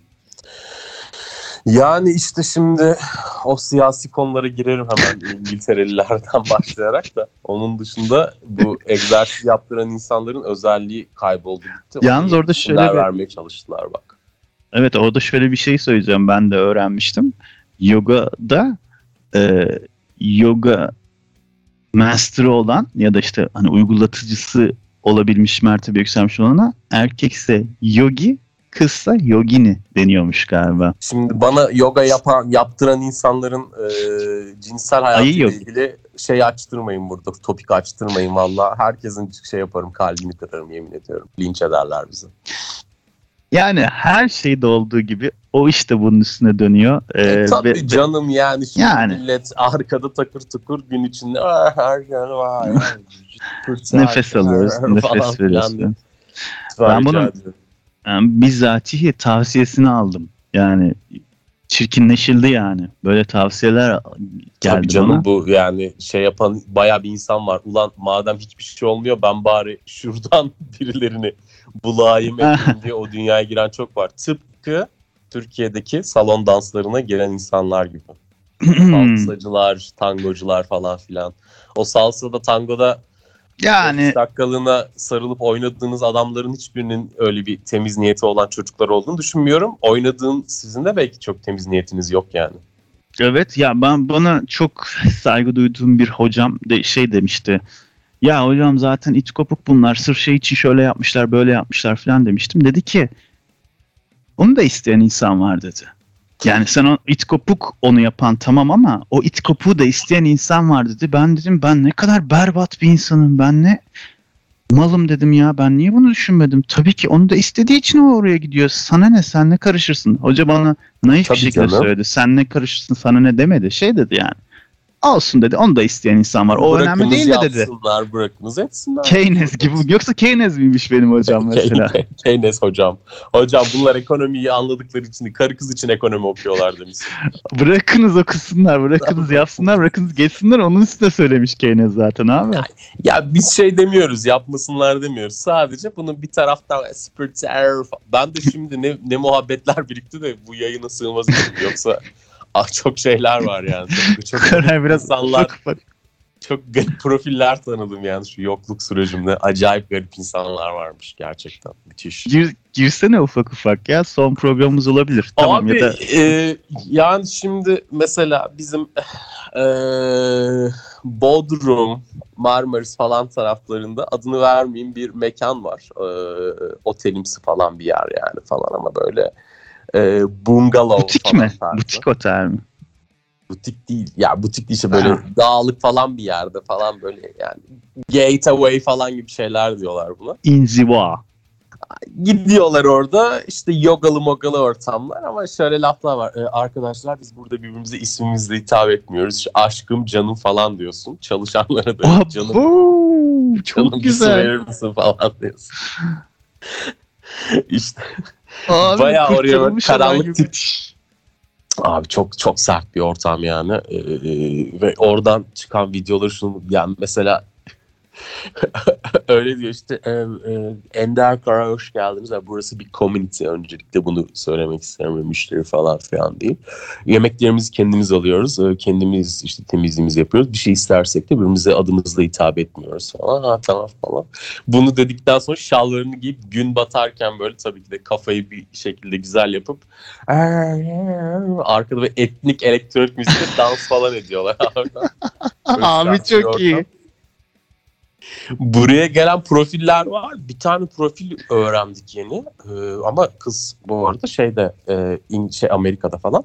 Yani işte şimdi o siyasi konulara girerim hemen İngilterelilerden başlayarak da. Onun dışında bu egzersiz yaptıran insanların özelliği kayboldu gitti. Yalnız orada şöyle bir... vermeye çalıştılar bak. Evet, orada şöyle bir şey söyleyeceğim. Ben de öğrenmiştim. Yoga'da e, yoga master'ı olan ya da işte hani uygulatıcısı olabilmiş, mertebe yükselmiş olana erkekse yogi, kızsa yogini deniyormuş galiba. Şimdi bana yoga yapan, yaptıran insanların e, cinsel hayatıyla ilgili şey açtırmayın burada. Topik açtırmayın valla. Herkesin şey yaparım, kalbini kırarım yemin ediyorum. Linç ederler bizi. Yani her şeyde olduğu gibi o işte bunun üstüne dönüyor. Ee, e, tabii ve, canım yani. Şimdi yani. Millet arkada takır tukur gün içinde her şey var. Nefes alıyoruz, nefes veriyoruz. Ben bunun yani, bizzatihi tavsiyesini aldım. Yani çirkinleşildi yani. Böyle tavsiyeler geldi tabii canım bana. Bu yani şey yapan bayağı bir insan var. Ulan madem hiçbir şey olmuyor ben bari şuradan birilerini bulayım edeyim diye o dünyaya giren çok var. Tıpkı Türkiye'deki salon danslarına gelen insanlar gibi. Salsacılar, tangocular falan filan. O salsada, tangoda yani otuz dakikalığına sarılıp oynadığınız adamların hiçbirinin öyle bir temiz niyeti olan çocuklar olduğunu düşünmüyorum. Oynadığın sizin de belki çok temiz niyetiniz yok yani. Evet ya, ben bana çok saygı duyduğum bir hocam de şey demişti. Ya hocam zaten it kopuk bunlar. Sırf şey için şöyle yapmışlar, böyle yapmışlar falan demiştim. Dedi ki onu da isteyen insan var dedi. Yani sen o it kopuk onu yapan tamam ama o it kopuğu da isteyen insan var dedi. Ben dedim ben ne kadar berbat bir insanım. Ben ne malım dedim ya. Ben niye bunu düşünmedim? Tabii ki onu da istediği için o oraya gidiyor. Sana ne, sen ne karışırsın? Hoca bana naif Tabii bir şekilde canım. söyledi. Sen ne karışırsın, sana ne demedi. Şey dedi yani. Olsun dedi. Onu da isteyen insan var. O Bırakınız önemli değil mi dedi. yapsınlar, bırakınız etsinler. Keynes gibi. Yoksa Keynes miymiş benim hocam mesela? Keynes hocam. Hocam bunlar ekonomiyi anladıkları için, karı kız için ekonomi okuyorlar demiş. Bırakınız okusunlar, bırakınız yapsınlar, bırakınız geçsinler. Onun üstüne söylemiş Keynes zaten abi. Ya, ya biz şey demiyoruz, yapmasınlar demiyoruz. Sadece bunun bir taraftan spiritüel. Ben de şimdi ne, ne muhabbetler birikti de bu yayına sığmaz gibi. Yoksa ah çok şeyler var yani. Çok, çok biraz insanlar, ufak ufak. çok garip profiller tanıdım yani şu yokluk sürecimde. Acayip garip insanlar varmış gerçekten. Müthiş. Gir, girsene ufak ufak ya. Son programımız olabilir. Tamam Abi ya da e, yani şimdi mesela bizim e, Bodrum, Marmaris falan taraflarında adını vermeyeyim bir mekan var. E, otelimsi falan bir yer yani falan ama böyle e, bungalov butik falan mi? tarzı. Butik otel mi? Butik değil. Ya butik değil işte böyle Ha. dağlık falan bir yerde falan böyle yani gateway falan gibi şeyler diyorlar buna. İnziva. Gidiyorlar orada işte yogalı mogalı ortamlar ama şöyle laflar var. Ee, arkadaşlar biz burada birbirimize ismimizle hitap etmiyoruz. İşte aşkım canım falan diyorsun. Çalışanlara da canım, Abo, çok canım bir su güzel. verir misin falan diyorsun. İşte Abi, bayağı oraya kurtarılmış adam karanlık gibi. tip Abi çok çok sert bir ortam yani. Ee, ve oradan çıkan videoları şunu yani mesela öyle diyor işte e, e, Ender Kara hoş geldiniz. Yani burası bir community, öncelikle bunu söylemek isterim, müşteri falan filan değil. Yemeklerimizi kendimiz alıyoruz. Kendimiz işte temizliğimizi yapıyoruz. Bir şey istersek de birbirimize adımızla hitap etmiyoruz falan. Ha tamam falan. Bunu dedikten sonra şallarını giyip gün batarken böyle tabii ki de kafayı bir şekilde güzel yapıp arkada bir etnik elektronik müzikle dans falan ediyorlar. Abi çok iyi. Buraya gelen profiller var. Bir tane profil öğrendik yeni. Ee, ama kız bu arada şeyde e, in, şey Amerika'da falan.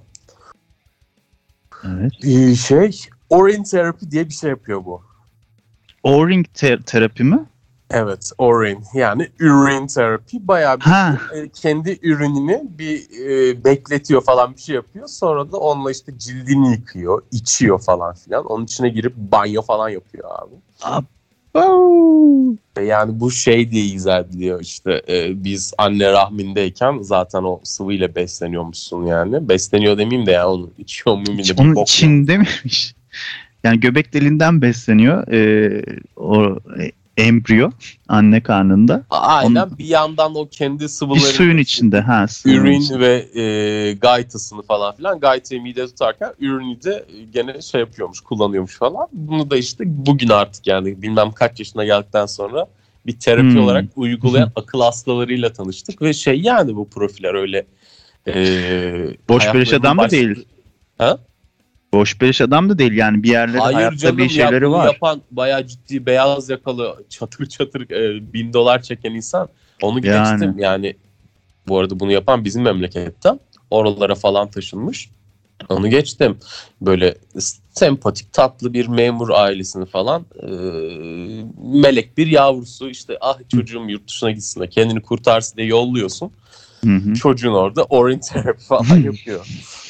Evet. Ee, şey Orin terapi diye bir şey yapıyor bu. O-ring te- terapi mi? Evet, Orin yani ürün terapi, bayağı bir Ha. e, kendi ürününü bir e, bekletiyor falan, bir şey yapıyor. Sonra da onunla işte cildini yıkıyor, içiyor falan filan. Onun içine girip banyo falan yapıyor abi. Abi. Yani bu şey diye izah ediliyor işte e, biz anne rahmindeyken zaten o sıvıyla besleniyormuşsun yani. Besleniyor demeyeyim de ya, onu içiyor muyum Hiç de bir onun bok. içinde miymiş? Yani göbek deliğinden besleniyor ee, o embriyo anne karnında. Aynen, Onun, bir yandan o kendi bir sıvılarını suyun içinde. Ha, suyun ürün içinde. ve e, gaytasını falan filan, gaytayı mide tutarken ürünü de gene şey yapıyormuş, kullanıyormuş falan. Bunu da işte bugün artık yani bilmem kaç yaşına geldikten sonra bir terapi Hmm. olarak uygulayan akıl hastalarıyla tanıştık ve şey yani bu profiller öyle e, Boş beleş hayatlarının adam da baş- değil. Ha? Boş beleş adam da değil yani, bir yerleri Hayır hayatta canım, bir şeyleri ya bunu var. yapan bayağı ciddi beyaz yakalı çatır çatır e, bin dolar çeken insan, onu geçtim Yani. yani. Bu arada bunu yapan bizim memleketten, oralara falan taşınmış. Onu geçtim. Böyle sempatik, tatlı bir memur ailesini falan, e, melek bir yavrusu işte, ah çocuğum yurt dışına gitsin de kendini kurtarsın diye yolluyorsun. Hı hı. Çocuğun orada orin terapi falan yapıyor.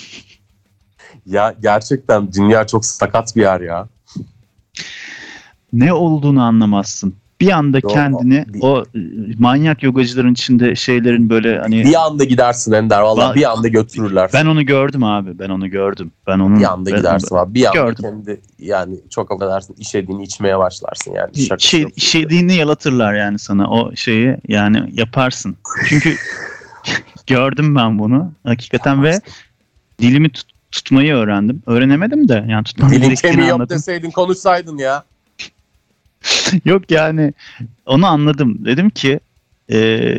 Ya gerçekten dünya çok sakat bir yer ya. Ne olduğunu anlamazsın. Bir anda Yo, kendini bir- o e, manyak yogacıların içinde, şeylerin böyle hani, Bir anda gidersin Ender, valla Ba- bir anda götürürler. ben onu gördüm abi. Ben onu gördüm. Ben onun Bir anda ben- gidersin abi. Bir anda gördüm. kendi yani çok affedersin işediğini içmeye başlarsın yani. Şakası şey, yok. işediğini yalatırlar yani sana, o şeyi yani yaparsın. Çünkü gördüm ben bunu hakikaten ve dilimi tut- tutmayı öğrendim. Öğrenemedim de yani tutmam Dilin gerektiğini kemiği yok anladım. deseydin, konuşsaydın ya. Yok yani onu anladım. Dedim ki e,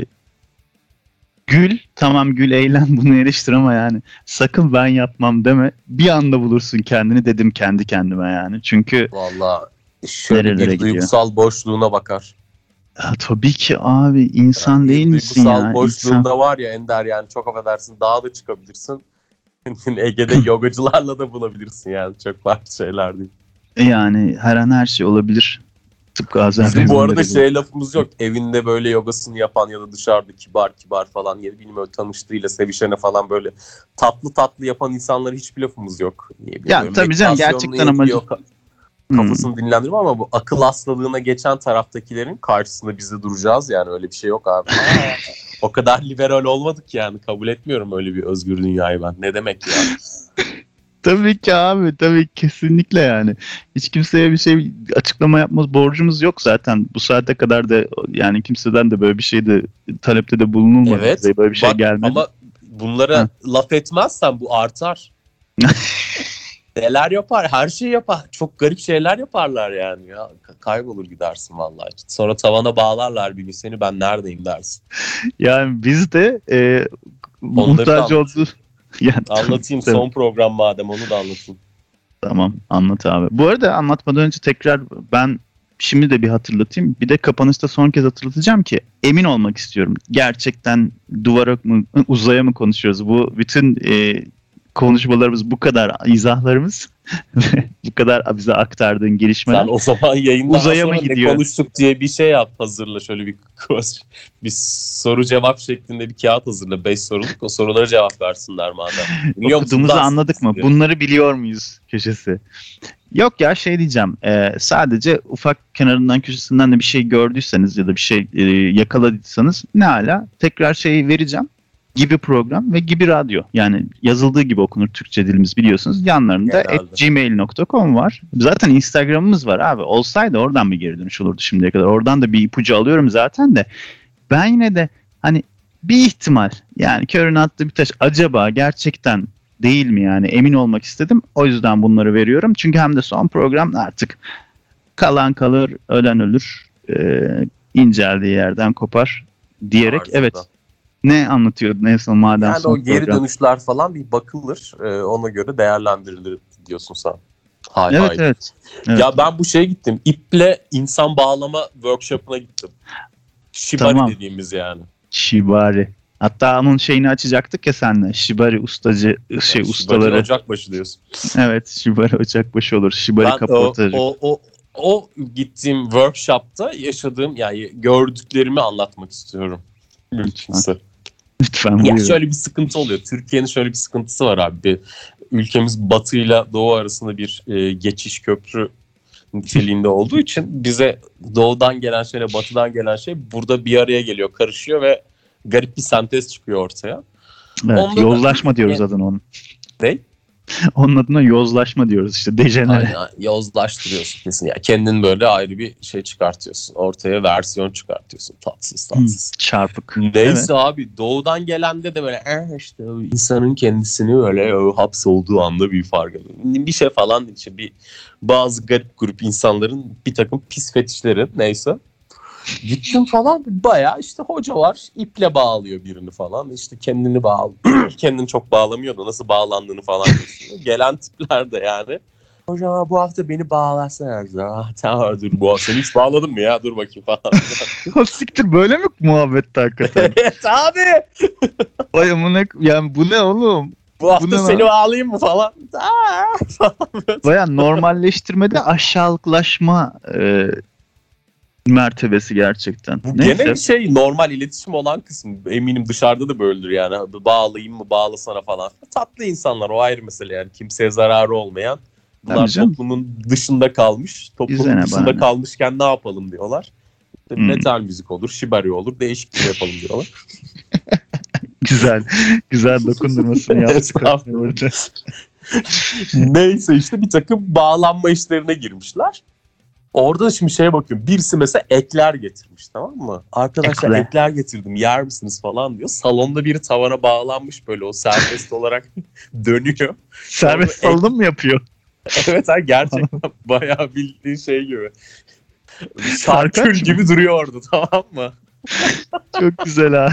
gül, tamam gül, eğlen, bunu eleştir ama yani sakın ben yapmam deme. Bir anda bulursun kendini dedim kendi kendime yani. Çünkü Valla şöyle Nerelere bir gidiyor? duygusal boşluğuna bakar. ya, tabii ki abi, insan Yani değil bir misin duygusal ya? boşluğunda İnsan. var ya Ender, yani çok affedersin dağa da çıkabilirsin. Ege'de yogacılarla da bulabilirsin yani, çok farklı şeyler değil. Yani her an her şey olabilir. Tıpkı Azerbaycan'da Bizim bu arada gibi. şey lafımız yok. Evinde böyle yogasını yapan ya da dışarıda kibar kibar falan, ya bilmiyorum öyle tanıştığıyla sevişene falan böyle tatlı tatlı yapan insanlara hiçbir lafımız yok. Niye Ya bilmiyorum. tabii canım, Meditasyonunu gerçekten ama- yapıyor, ka- kafasını dinlendiriyor ama bu akıl hastalığına geçen taraftakilerin karşısında biz de duracağız yani, öyle bir şey yok abi. O kadar liberal olmadık yani, kabul etmiyorum öyle bir özgür dünyayı ben. Ne demek ya? Tabii ki abi, tabii kesinlikle yani. Hiç kimseye bir şey açıklama yapmaz borcumuz yok zaten. Bu saate kadar da yani kimseden de böyle bir şeyde talepte de bulunulmadı. Evet. Bize böyle bir şey Bak, gelmedi. ama bunlara Ha. laf etmezsen bu artar. Neler yapar? Her şeyi yapar. Çok garip şeyler yaparlar yani ya. Ka- Kaybolur gidersin vallahi. Sonra tavana bağlarlar bir gün seni, ben neredeyim dersin. Yani biz de e, muhtaç anlat. oldu. Yani, Anlatayım tabii. son program madem, onu da anlatayım. Tamam, anlat abi. Bu arada anlatmadan önce tekrar ben şimdi de bir hatırlatayım. Bir de kapanışta son kez hatırlatacağım ki emin olmak istiyorum. Gerçekten duvara mı, uzaya mı konuşuyoruz? Bu bütün e, konuşmalarımız, bu kadar izahlarımız bu kadar bize aktardığın gelişmeler. Sen o zaman yayından Uzaya sonra mı ne gidiyor? konuştuk diye bir şey yap, hazırla şöyle bir bir soru cevap şeklinde bir kağıt hazırla. Beş soruluk, o sorulara cevap versinler madem. Biliyor musun? Okuduğumuzu Dans anladık mı? istiyor. Bunları biliyor muyuz köşesi? Yok ya, şey diyeceğim. E, sadece ufak kenarından köşesinden de bir şey gördüyseniz ya da bir şey e, yakaladıysanız ne hala tekrar şeyi vereceğim. gibi program ve gibi radyo. Yani yazıldığı gibi okunur Türkçe dilimiz biliyorsunuz. Yanlarında Genelde. at gmail nokta com var. Zaten Instagram'ımız var abi. Olsaydı oradan bir geri dönüş olurdu şimdiye kadar. Oradan da bir ipucu alıyorum zaten de. Ben yine de hani bir ihtimal yani körün attığı bir taş acaba gerçekten değil mi yani emin olmak istedim. O yüzden bunları veriyorum. Çünkü hem de son program artık kalan kalır, ölen ölür. Ee, inceldiği yerden kopar diyerek Tarzında. evet. Ne anlatıyordu en son madem Yani son o geri program. dönüşler falan bir bakılır. Ee, ona göre değerlendirilir diyorsun sen. Hay Evet, hay. evet evet. Ya ben bu şeye gittim. İple insan bağlama workshop'una gittim. Shibari Tamam. dediğimiz yani. Shibari. Hatta onun şeyini açacaktık ya senle. Shibari ustacı şey Yani Shibari ustaları. Ocakbaşı diyorsun. Evet, Shibari ocakbaşı olur. Shibari Ben o, kaportacı. o, o, o gittiğim workshop'ta yaşadığım yani gördüklerimi anlatmak istiyorum. Mümkünse. Lütfen Ya buyurun. şöyle bir sıkıntı oluyor. Türkiye'nin şöyle bir sıkıntısı var abi. Bir, ülkemiz batıyla doğu arasında bir e, geçiş köprü niteliğinde olduğu için bize doğudan gelen şeyle batıdan gelen şey burada bir araya geliyor, karışıyor ve garip bir sentez çıkıyor ortaya. Evet, Onda da- yozlaşma diyoruz adına onun. Ne? Onun adına yozlaşma diyoruz işte. Dejenere. Aynen, yozlaştırıyorsun kesin. Yani kendin böyle ayrı bir şey çıkartıyorsun. Ortaya versiyon çıkartıyorsun. Tatsız tatsız. Çarpık. Neyse Evet. abi doğudan gelende de böyle eh işte insanın kendisini böyle o, hapsolduğu anda bir fark ediyor. Bir şey falan işte bir bazı garip grup insanların bir takım pis fetişleri neyse. Gittim falan bayağı işte hoca var iple bağlıyor birini falan işte kendini bağlı kendini çok bağlamıyor da nasıl bağlandığını falan gösteriyor. Gelen tipler de yani hocam bu hafta beni bağlasana. Ah, tamam dur bu hafta seni hiç bağladın mı ya dur bakayım falan. O siktir böyle mi muhabbette hakikaten? Evet abi Vay amına yani bu ne oğlum? bu hafta Bu ne seni lan? bağlayayım mı falan. Aa, falan böyle. Baya normalleştirmede aşağılıklaşma e, mertebesi gerçekten. Bu Neyse. gene bir şey normal iletişim olan kısım. Eminim dışarıda da böyledir yani. Bağlayayım mı bağlasana falan. Tatlı insanlar o ayrı mesele yani. Kimseye zararı olmayan. Bunlar Tabii canım. toplumun dışında kalmış. Toplumun Bize ne, bana dışında ne? kalmışken ne yapalım diyorlar. İşte Hmm. metal müzik olur, shibari olur, değişik bir şey yapalım diyorlar. Güzel. Güzel dokundurmasını yaptık. Estağfurullah. Orada. Neyse işte bir takım bağlanma işlerine girmişler. Orada da şimdi şeye bakıyorum. Birisi mesela ekler getirmiş tamam mı? Arkadaşlar Ekler. ekler getirdim yer misiniz falan diyor. Salonda biri tavana bağlanmış böyle o serbest olarak dönüyor. Serbest Sonra ek- salınım mı yapıyor? Evet ha gerçekten bayağı bildiğin şey gibi. Sarkaç Şarkül mı? gibi duruyor orada tamam mı? Çok güzel ha.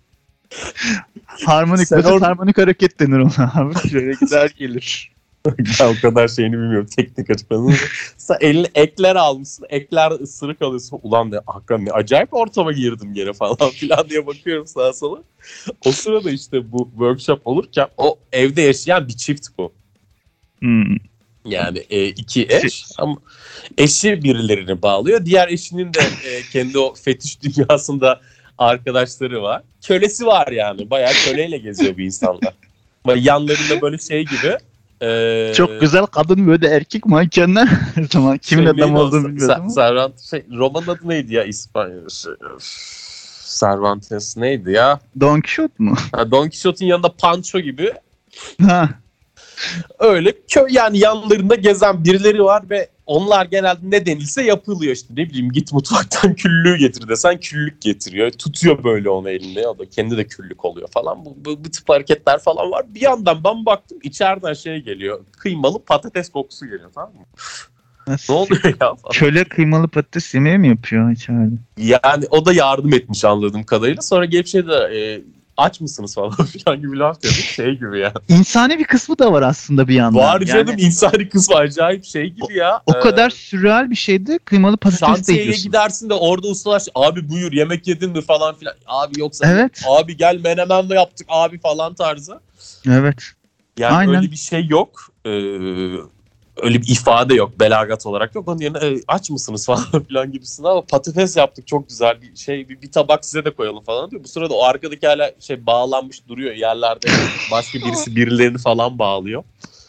Harmonik, Sen basit orada- harmonik hareket denir ona abi. Şöyle gider gelir. Ben o kadar şeyini bilmiyorum teknik açıklanını. Sen eline ekler almışsın. Ekler ısırık alıyorsun. Ulan de hakikaten ne acayip ortama girdim gene falan filan diye bakıyorum sağa sola. O sırada işte bu workshop olurken o evde yaşayan bir çift bu. Hmm. Yani e, iki eş ama eşi birilerini bağlıyor. Diğer eşinin de e, kendi o fetiş dünyasında arkadaşları var. Kölesi var yani. Bayağı köleyle geziyor bu insanlar. Ama yanlarında böyle şey gibi. e, Çok güzel kadın böyle erkek mankenler. Tamam kimin şey, adam neydi o? olduğunu Sa- bilmiyorum ama. Cervantes, şey, roman adı neydi ya İspanya? Şey, öf, Cervantes neydi ya? Don Quixote mu? Ha, Don Quixote'un yanında Pancho gibi Ha. öyle köy yani yanlarında gezen birileri var ve onlar genelde ne denilse yapılıyor işte ne bileyim git mutfaktan küllüğü getir desen küllük getiriyor. Tutuyor böyle onu elinde o da kendi de küllük oluyor falan. Bu, bu, bu tip hareketler falan var. Bir yandan ben baktım içeriden şey geliyor kıymalı patates kokusu geliyor tamam mı? Ne oluyor ya falan. Köle kıymalı patates yemeği mi yapıyor içeride? Yani o da yardım etmiş anladığım kadarıyla. Sonra gelip şey de e, aç mısınız falan filan gibi laf dedik şey gibi ya. İnsani bir kısmı da var aslında bir yandan. Var canım Yani insani kısmı acayip şey gibi ya. o Ee, kadar sürreal bir şeydi. Kıymalı patates de Şantiyeye yiyorsun. gidersin de orada ustalar abi buyur yemek yedin mi falan filan. Abi yoksa Evet. abi gel menemen mi yaptık abi falan tarzı. Evet. Yani Aynen. öyle bir şey yok. Ee, öyle bir ifade yok. Belagat olarak yok. Onun yerine "E, aç mısınız falan filan gibisinden ama patates yaptık çok güzel bir şey bir, bir tabak size de koyalım falan diyor. Bu sırada o arkadaki hala şey bağlanmış duruyor yerlerde. Başka birisi birilerini falan bağlıyor.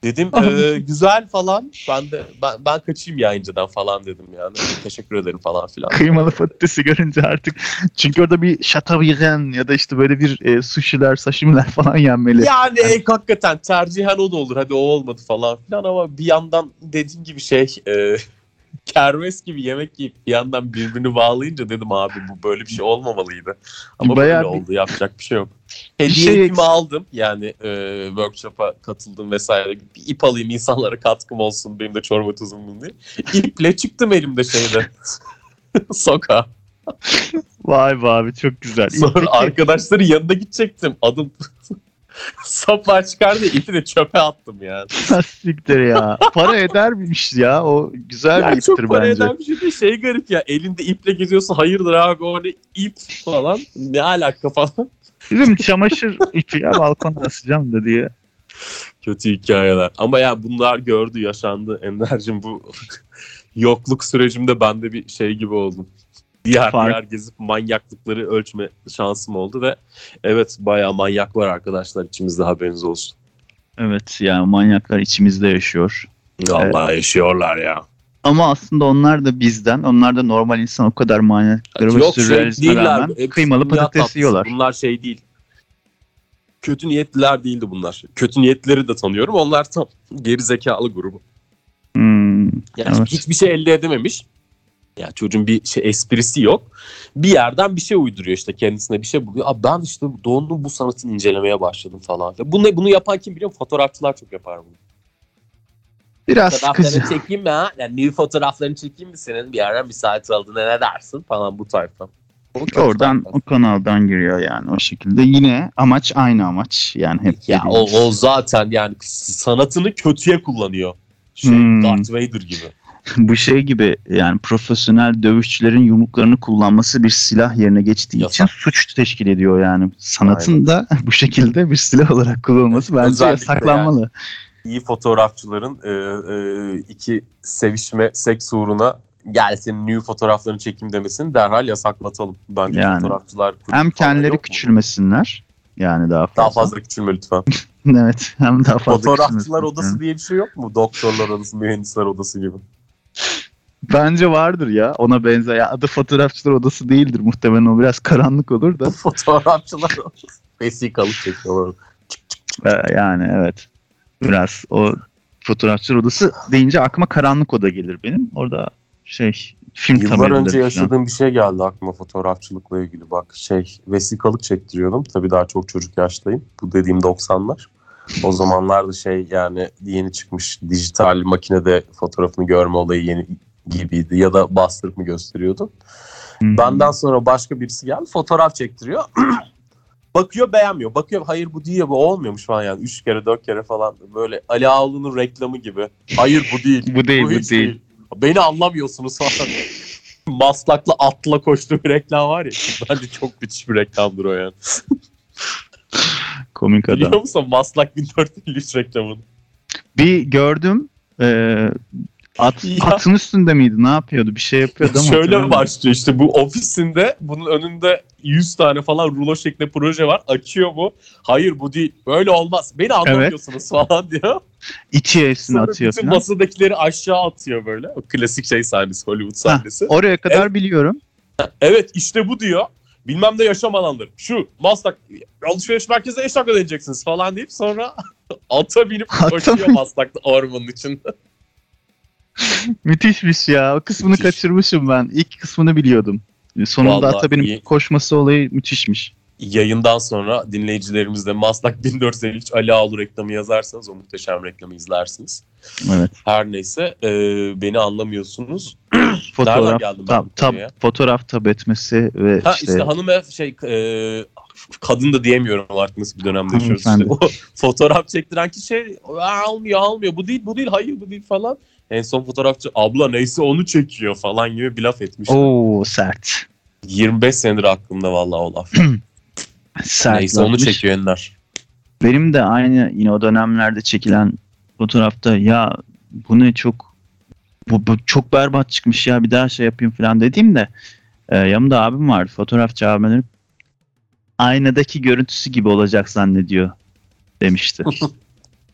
Dedim e, güzel falan. Ben de ben, ben kaçayım yayıncıdan falan dedim yani. Teşekkür ederim falan filan. Kıymalı patatesi görünce artık. Çünkü orada bir şataviren ya da işte böyle bir e, sushi'ler, sashimi'ler falan yenmeli. Yani e, hakikaten tercihen o da olur. Hadi o olmadı falan filan ama bir yandan dediğim gibi şey e, kermes gibi yemek yiyip bir yandan birbirini bağlayınca dedim abi bu böyle bir şey olmamalıydı. Ama Bayağı böyle bir- oldu. Yapacak bir şey yok. şey Hediyemi eksik. aldım. Yani e, workshop'a katıldım vesaire. Bir ip alayım insanlara katkım olsun. Benim de çorba tuzum diye. İple çıktım elimde şeyde. Sokağa. Vay be abi çok güzel. Sonra Peki, arkadaşların yanına gidecektim. Adım sapağı çıkardı. İpi de çöpe attım yani. siktir ya. Para eder miymiş ya? O güzel Yani bir çok iptir para bence. eden bir şey değil. Şey garip ya. Elinde iple geziyorsun. Hayırdır abi o ne ip falan. Ne alaka falan. Bizim çamaşır ipi ya balkona asacağım da diye. Kötü hikayeler. Ama ya bunlar gördü yaşandı. Ender'cim bu yokluk sürecimde ben de bir şey gibi oldum. Diğer Fark. diğer gezip manyaklıkları ölçme şansım oldu ve evet bayağı manyak var arkadaşlar içimizde haberiniz olsun. Evet yani manyaklar içimizde yaşıyor. Allah yaşıyorlar ya. Ama aslında onlar da bizden. Onlar da normal insan o kadar manyakları ve Yok şey sürrealizme değiller. rağmen Hepsi kıymalı dünya patates tatlısı. yiyorlar. Bunlar şey değil. Kötü niyetliler değildi bunlar. Kötü niyetlileri de tanıyorum. Onlar tam geri zekalı grubu. Hmm, Yani evet. hiçbir şey elde edememiş. Ya çocuğun bir şey esprisi yok. Bir yerden bir şey uyduruyor işte kendisine bir şey buluyor. Abi ben işte doğdum bu sanatını incelemeye başladım falan. Bunu, bunu yapan kim biliyor musun? Fotoğrafçılar çok yapar bunu. Biraz sıkıcı. Fotoğraflarını çekeyim mi ha? Yani new fotoğraflarını çekeyim mi senin? Bir yerden bir saat aldığına ne dersin falan bu tayfa. O kötü Oradan tayfa. o kanaldan giriyor yani o şekilde. Yine amaç aynı amaç. Yani hep Ya o, dediğimiz. o zaten yani sanatını kötüye kullanıyor. Şey Hmm. Darth Vader gibi. Bu şey gibi yani profesyonel dövüşçülerin yumruklarını kullanması bir silah yerine geçtiği Yasak. için suç teşkil ediyor yani. Sanatın da bu şekilde bir silah olarak kullanılması bence Özellikle yasaklanmalı. İyi fotoğrafçıların e, e, iki sevişme seks uğruna gel senin new fotoğraflarını çekeyim demesini derhal yasaklatalım. Bence Yani. fotoğrafçılar kulübü Hem falan kendileri yok mu? küçülmesinler yani daha fazla. Daha fazla küçülme lütfen. Evet hem daha fazla Fotoğrafçılar küçülmesinler. odası diye bir şey yok mu? Doktorlar odası, mühendisler odası gibi. Bence vardır ya ona benzer. Ya adı fotoğrafçılar odası değildir muhtemelen o biraz karanlık olur da. Fotoğrafçılar odası. Vesikalık çekiyorlar. Ee, yani evet. Biraz o fotoğrafçılar odası deyince aklıma karanlık oda gelir benim. Orada şey film Yıllar tabelaları önce falan. yaşadığım bir şey geldi aklıma fotoğrafçılıkla ilgili. Bak şey vesikalık çektiriyordum. Tabii daha çok çocuk yaştayım. Bu dediğim doksanlar. O zamanlarda şey yani yeni çıkmış dijital makinede fotoğrafını görme olayı yeni gibiydi. Ya da bastırıp mı gösteriyordum. Hmm. Benden sonra başka birisi geldi fotoğraf çektiriyor. Bakıyor beğenmiyor. Bakıyor hayır bu değil bu olmuyormuş falan yani. Üç kere dört kere falan böyle Ali Ağaoğlu'nun reklamı gibi. Hayır bu değil. Bu değil, bu hiç değil. Beni anlamıyorsunuz falan. Maslak'la atla koştuğu bir reklam var ya. Bence çok müthiş bir reklamdır o yani. Komik adam. Biliyor musun Maslak bin dört yüz elli üç reklamını? Bir gördüm. E, at, Ya. atın üstünde miydi? Ne yapıyordu? Bir şey yapıyordu ama. Şöyle hatırlamıyorum. başlıyor işte bu ofisinde bunun önünde yüz tane falan rulo şeklinde proje var. Açıyor bu. Hayır bu değil. Böyle olmaz. Beni anlamıyorsunuz falan diyor. İçi hepsini Sonra atıyor bütün falan. masadakileri aşağı atıyor böyle. O klasik şey sahnesi, Hollywood Hah, sahnesi. oraya kadar biliyorum. Evet işte bu diyor. Bilmem ne yaşam alanları. Şu Maslak alışveriş merkezine beş dakikada ineceksiniz falan deyip sonra ata binip Ata koşuyor bin- Maslak'ta ormanın içinde. Müthişmiş ya. O kısmını Müthiş. kaçırmışım ben. İlk kısmını biliyordum. Sonunda Vallahi ata benim iyi. koşması olayı müthişmiş. Yayından sonra dinleyicilerimiz de Maslak bin dört yüz elli üç Ali Ağaoğlu reklamı yazarsanız o muhteşem reklamı izlersiniz. Evet. Her neyse e, beni anlamıyorsunuz. Fotoğraf geldim ben tab, bu tab, konuya? fotoğraf tab etmesi ve Ha işte, işte hanım ev şey e, kadın da diyemiyorum artık nasıl bir dönemde yaşıyoruz. İşte, Hanımefendi. o fotoğraf çektiren kişi şey almıyor almıyor bu değil bu değil hayır bu değil falan. En son fotoğrafçı abla neyse onu çekiyor falan gibi bir laf etmişti. Oo sert. yirmi beş senedir aklımda vallahi o laf. Sert Neyse onu lafmış. çekiyor Ender. Benim de aynı yine o dönemlerde çekilen fotoğrafta ya bu ne çok bu, bu çok berbat çıkmış ya bir daha şey yapayım falan dediğimde e, yanımda abim vardı fotoğrafçı abime dönüp aynadaki görüntüsü gibi olacak zannediyor demişti.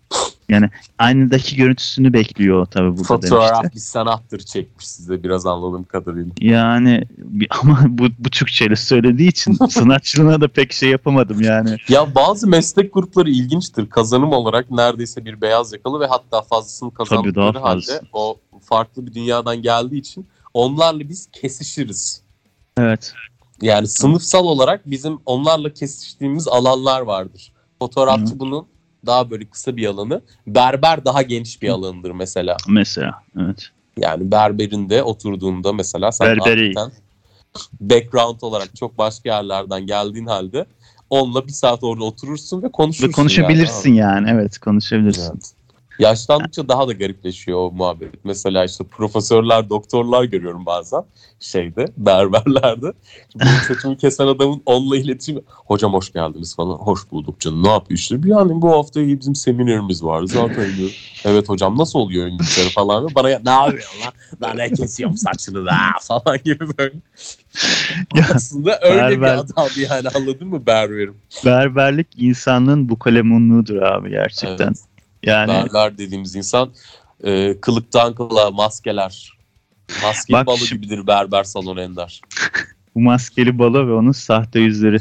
Yani aynadaki görüntüsünü bekliyor tabii burada Fotoğraf demişti. bir sanattır çekmiş size biraz anladığım kadarıyla. Yani bir- ama bu, bu Türkçeyle söylediği için sanatçılığına da pek şey yapamadım yani. Ya bazı meslek grupları ilginçtir. Kazanım olarak neredeyse bir beyaz yakalı ve hatta fazlasını Tabii kazandıkları daha fazla. halde o farklı bir dünyadan geldiği için onlarla biz kesişiriz. Evet. Yani sınıfsal olarak bizim onlarla kesiştiğimiz alanlar vardır. Fotoğrafçı Hı. bunun daha böyle kısa bir alanı. Berber daha geniş bir alanıdır mesela. Mesela evet. Yani berberin de oturduğunda mesela sen Berberi. hakikaten background olarak çok başka yerlerden geldiğin halde onunla bir saat orada oturursun ve konuşursun. Ve konuşabilirsin yani. yani. Evet konuşabilirsin. Evet. Yaşlandıkça daha da garipleşiyor o muhabbet. Mesela işte profesörler, doktorlar görüyorum bazen şeyde, berberlerde. Benim saçımı kesen adamın onunla iletişim. Hocam hoş geldiniz falan. Hoş bulduk canım. Ne yapıyor işte? Bir yani bu hafta bizim seminerimiz vardı. Zaten diyor. Evet hocam nasıl oluyor İngilizce falan. Bana ya, ne yapıyorsun lan? Ben ne kesiyorum saçını da falan gibi böyle. Ya, Aslında öyle berber- bir adam yani anladın mı berberim? Berberlik insanlığın bu kalemunluğudur abi gerçekten. Evet. Yani Berber dediğimiz insan e, kılıktan kılığa maskeler. Maskeli Bak balı şu- gibidir berber salonu Ender. bu maskeli balo ve onun sahte yüzleri.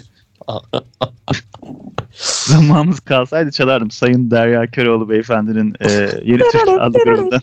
Zamanımız kalsaydı çalardım Sayın Derya Köroğlu beyefendinin e, Yeni Türk adlı grubundan.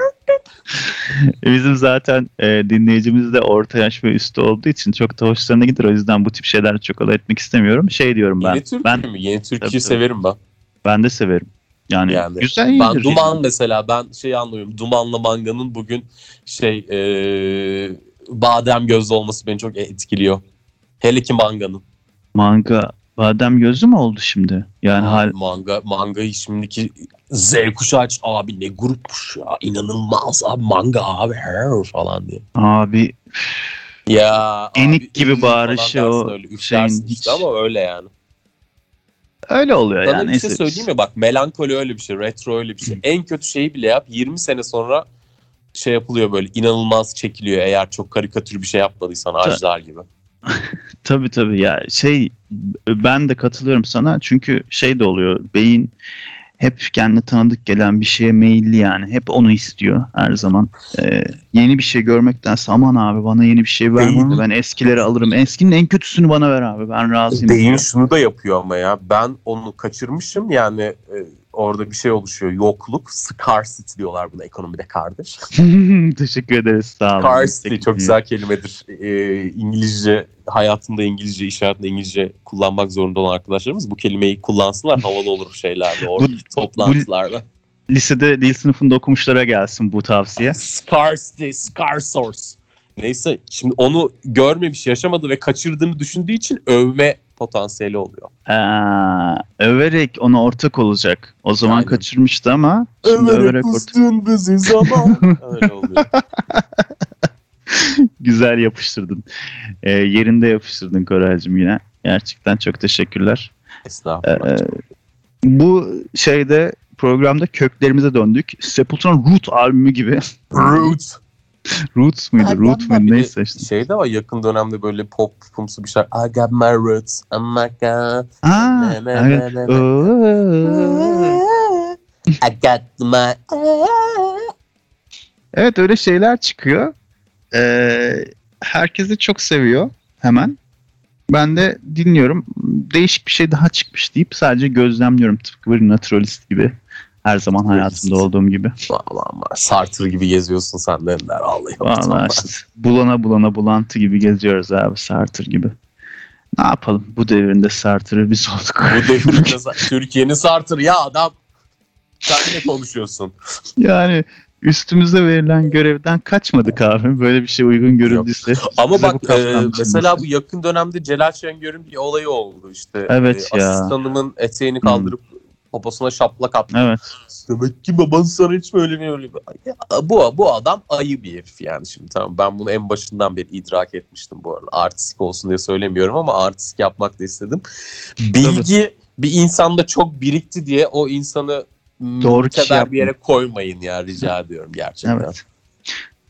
Bizim zaten e, dinleyicimiz de orta yaş ve üstü olduğu için çok da hoşlarına gider. O yüzden bu tip şeyler çok alay etmek istemiyorum. Şey diyorum ben. Yeni Türk'ü Ben mü? Yeni Tabii, Türk'ü tabii. severim ben. ben de severim. Yani, Yani güzel ben iyidir Duman yani. mesela ben şey anlıyorum. Duman'la Manga'nın bugün şey e, badem gözlü olması beni çok etkiliyor. Hele ki Manga'nın. Manga badem gözü mü oldu şimdi? Yani hal Manga mangayı şimdiki Z kuşağı aç abi ne grupmuş ya inanılmaz abi manga abi her falan diye. abi Ya Enik abi, gibi iyi falan bağırışı dersin o öyle, üflersin şeyin işte hiç- ama öyle yani. öyle oluyor Sana yani. bir şey Neyse. söyleyeyim mi? Bak melankoli öyle bir şey, retro öyle bir şey. En kötü şeyi bile yap yirmi sene sonra şey yapılıyor böyle inanılmaz çekiliyor eğer çok karikatür bir şey yapmadıysan Ajdar gibi. Tabii tabii ya şey ben de katılıyorum sana çünkü şey de oluyor beyin hep kendine tanıdık gelen bir şeye meyilli yani hep onu istiyor her zaman. Ee, yeni bir şey görmektense aman abi bana yeni bir şey verme Beyin- ben eskileri alırım eskinin en kötüsünü bana ver abi ben razıyım. Beyin diyor. şunu da yapıyor ama ya ben onu kaçırmışım yani e, orada bir şey oluşuyor yokluk scarcity diyorlar buna ekonomide kardeş. Teşekkür ederiz sağ olun. Scarcity Destek çok için. güzel kelimedir. Ee, İngilizce hayatında İngilizce iş hayatında İngilizce kullanmak zorunda olan arkadaşlarımız bu kelimeyi kullansınlar havalı olur şeylerde orada Bu- toplantılarda. Lisede dil sınıfında okumuşlara gelsin bu tavsiye. Scarcity, scar source. Neyse şimdi onu görmemiş yaşamadı ve kaçırdığını düşündüğü için övme potansiyeli oluyor. Aa, överek ona ortak olacak. O zaman Aynen. kaçırmıştı ama şimdi överek ortak. ustun bizi zaman. Öyle oluyor. Güzel yapıştırdın. Ee, yerinde yapıştırdın Koraycığım yine. Gerçekten çok teşekkürler. Estağfurullah. Ee, bu şeyde programda köklerimize döndük. Sepultura'nın Root albümü gibi. Roots. Roots muydu? Ay, Root ben muydu? bir de Neyse işte. Şey de var yakın dönemde böyle pop pumsu bir şarkı. I got my roots. Oh my god. Aa, Ne, ne, evet. ne, ne, ne. Oo. I got my... Evet öyle şeyler çıkıyor. Ee, herkes de çok seviyor hemen. Ben de dinliyorum. Değişik bir şey daha çıkmış deyip sadece gözlemliyorum. Tıpkı bir naturalist gibi. Her zaman hayatımda olduğum gibi. Vallahi Sartre gibi geziyorsun sen de Ender. Vallahi. Vallahi işte bulana bulana bulantı gibi geziyoruz abi Sartre gibi. Ne yapalım? Bu devirde Sartre'ı biz olduk. Bu devirde Türkiye'nin Sartre ya adam. Sen ne konuşuyorsun? Yani üstümüze verilen görevden kaçmadık abi. Böyle bir şey uygun görüldüyse. Ama bize bu bak kaptan e, mesela çizmesi. bu yakın dönemde Celal Şengör'ün bir olayı oldu işte. Evet E, ya. Asistanımın eteğini kaldırıp poposuna şaplak attı. Evet. Demek ki baban sana hiç mi öyle mi öyle mi? Ya, bu, bu adam ayı bir herif yani şimdi tamam ben bunu en başından beri idrak etmiştim bu arada. Artistik olsun diye söylemiyorum ama artistik yapmak da istedim. Bilgi bir insanda çok birikti diye o insanı Doğru kişi müteber yapma. bir yere koymayın ya rica ediyorum gerçekten. Evet.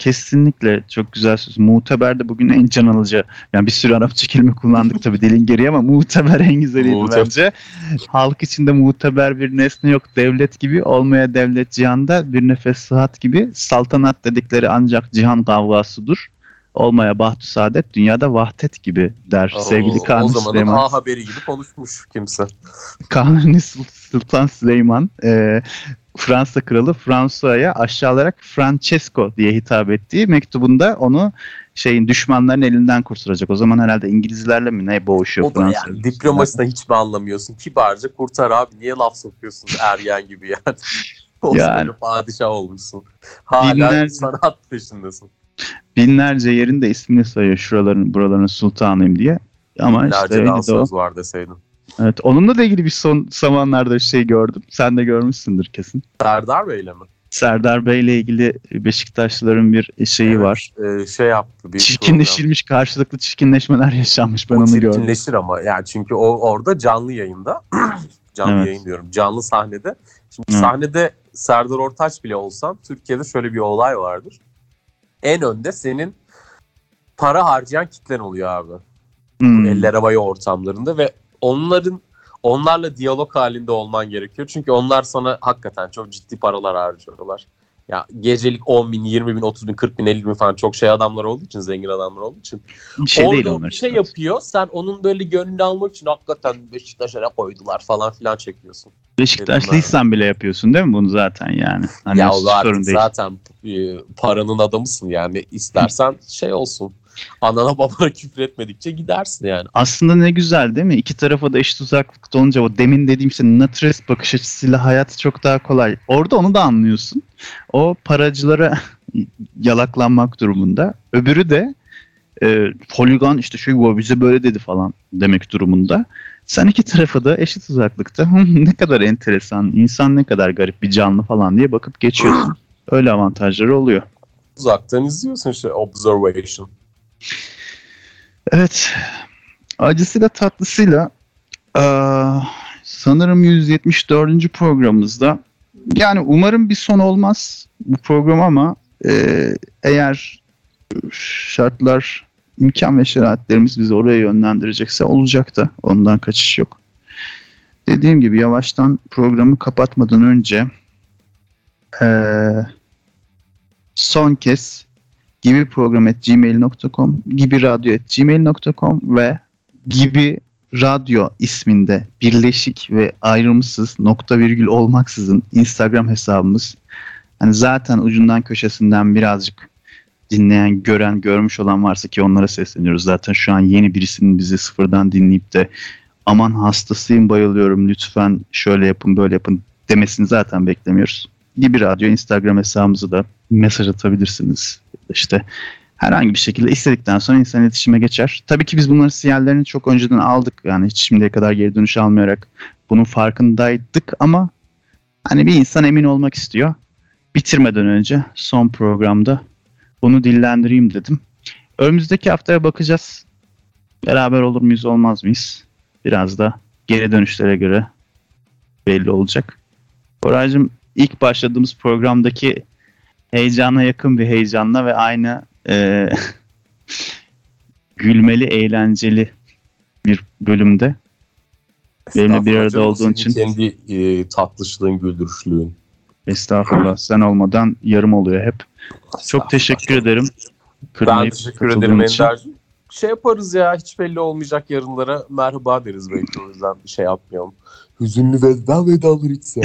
kesinlikle çok güzel söz. Muteber de bugün en can alıcı. Yani bir sürü Arapça kelime kullandık tabii dilin gereği ama muteber en güzeliydi Muteber. bence. Halk içinde muteber bir nesne yok. Devlet gibi olmaya devlet cihanda bir nefes sıhhat gibi saltanat dedikleri ancak cihan kavgasıdır. Olmaya bahtü saadet dünyada vahdet gibi der Oo, sevgili Kanuni o zamanın Süleyman. A Haberi gibi konuşmuş kimse. Kanuni Sultan Süleyman e, Fransa kralı François'a aşağılayarak Francesco diye hitap ettiği mektubunda onu şeyin düşmanların elinden kurtaracak. O zaman herhalde İngilizlerle mi ne boğuşuyor O da Fransa? yani diplomasiden hiç mi anlamıyorsun? Kibarca kurtar abi. Niye laf sokuyorsun ergen gibi yani? Koskoca Yani. padişah olmuşsun. Hala Binlerce- sanat peşindesin. Binlerce yerin de ismini sayıyor şuraların buraların sultanıyım diye. Ama işte Binlerce öyle daha de o. söz var deseydin. Evet, onunla da ilgili bir son zamanlarda şey gördüm. Sen de görmüşsündür kesin. Serdar Bey'le mi? Serdar Bey'le ilgili Beşiktaşlıların bir şeyi Evet, var. e, şey yaptı. Bir Çirkinleşilmiş, karşılıklı çirkinleşmeler yaşanmış. Ben program. O onu gördüm. çirkinleşir ama yani çünkü o orada canlı yayında canlı Evet. yayın diyorum. Canlı sahnede. Şimdi Evet. sahnede Serdar Ortaç bile olsan Türkiye'de şöyle bir olay vardır. En önde senin para harcayan kitlen oluyor abi. Hmm. Eller havaya ortamlarında ve onların onlarla diyalog halinde olman gerekiyor. Çünkü onlar sana hakikaten çok ciddi paralar harcıyorlar. Ya gecelik on bin, yirmi bin, otuz bin, kırk bin, elli bin falan çok şey adamlar olduğu için, zengin adamlar olduğu için. Bir şey değil Orada onlar bir şey işte. yapıyor. Sen onun böyle gönlünü almak için hakikaten Beşiktaş'a ne koydular falan filan çekiyorsun. Beşiktaşlıysan bile yapıyorsun değil mi bunu zaten yani? Hani ya o artık sorun değil. zaten e, paranın adamısın yani. İstersen şey olsun. Anana babana küfür etmedikçe gidersin yani. Aslında ne güzel değil mi? İki tarafa da eşit uzaklıkta olunca o demin dediğim işte naturist bakış açısıyla hayat çok daha kolay. Orada onu da anlıyorsun. O paracılara yalaklanmak durumunda. Öbürü de e, poligon işte şu bize böyle dedi falan demek durumunda. Sen iki tarafa da eşit uzaklıkta ne kadar enteresan, insan ne kadar garip bir canlı falan diye bakıp geçiyorsun. Öyle avantajları oluyor. Uzaktan izliyorsun işte observation. Evet. Acısıyla tatlısıyla eee, sanırım yüz yetmiş dördüncü programımızda yani umarım bir son olmaz bu program ama eee, eğer şartlar, imkan ve şeraitlerimiz bizi oraya yönlendirecekse olacak da ondan kaçış yok. Dediğim gibi yavaştan programı kapatmadan önce eee, son kez gibi program at gmail nokta com, gibi radyo at gmail nokta com ve gibi radyo isminde birleşik ve ayrımsız nokta virgül olmaksızın Instagram hesabımız. Hani zaten ucundan köşesinden birazcık dinleyen, gören, görmüş olan varsa ki onlara sesleniyoruz. Zaten şu an yeni birisinin bizi sıfırdan dinleyip de aman hastasıyım, bayılıyorum, lütfen şöyle yapın, böyle yapın demesini zaten beklemiyoruz. Gibi radyo Instagram hesabımızı da mesaj atabilirsiniz. İşte herhangi bir şekilde istedikten sonra insan iletişime geçer. Tabii ki biz bunların sinyallerini çok önceden aldık. Yani hiç şimdiye kadar geri dönüş almayarak bunun farkındaydık ama hani bir insan emin olmak istiyor. Bitirmeden önce son programda bunu dillendireyim dedim. Önümüzdeki haftaya bakacağız. Beraber olur muyuz, olmaz mıyız? Biraz da geri dönüşlere göre belli olacak. Koraycığım, ilk başladığımız programdaki heyecana yakın bir heyecanla ve aynı e, gülmeli, eğlenceli bir bölümde benimle bir arada olduğun için kendi e, tatlışlığın, güldürüşlüğün. estağfurullah, sen olmadan yarım oluyor hep. Çok teşekkür ederim. Ben Kırmayıp teşekkür katıldığın ederim için. Ender'cim. Şey yaparız ya, hiç belli olmayacak yarınlara merhaba deriz belki, o yüzden bir şey yapmayalım. Hüzünlü veda vedalar içse.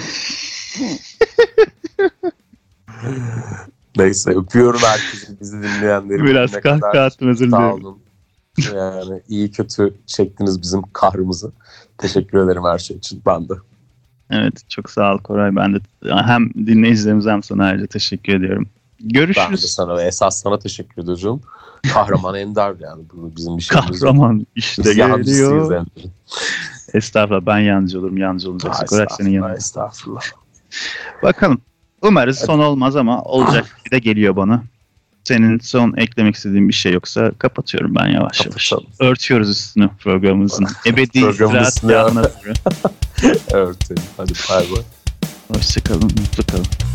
Neyse, öpüyorum herkesi, bizi dinleyenleri. Biraz Ne kahkaha kadar attım, özür Sağ dilerim. olun. Yani iyi kötü çektiniz bizim kahrımızı. Teşekkür ederim her şey için, ben de. Evet, çok sağ ol Koray. Ben de hem dinleyicilerimize hem sana ayrıca teşekkür ediyorum. Ben de Görüşürüz. sana ve esas sana teşekkür ediyorum. Kahraman Ender yani, bu bizim bir şeyimiz. Kahraman işte Biz yancısıyız geliyor. Ender'in. Estağfurullah, ben yancı olurum. Yancı olacaksın. Koray senin yanında. Estağfurullah. Bakalım. Umarız son olmaz ama olacak. Bir de geliyor bana. Senin son eklemek istediğin bir şey yoksa kapatıyorum ben yavaş yavaş. Kapatalım. Örtüyoruz üstünü programımızın. Ebedi Programın istirahat üstüne. yanına doğru. Evet. Hadi bay bay. Hoşçakalın, mutlu kalın.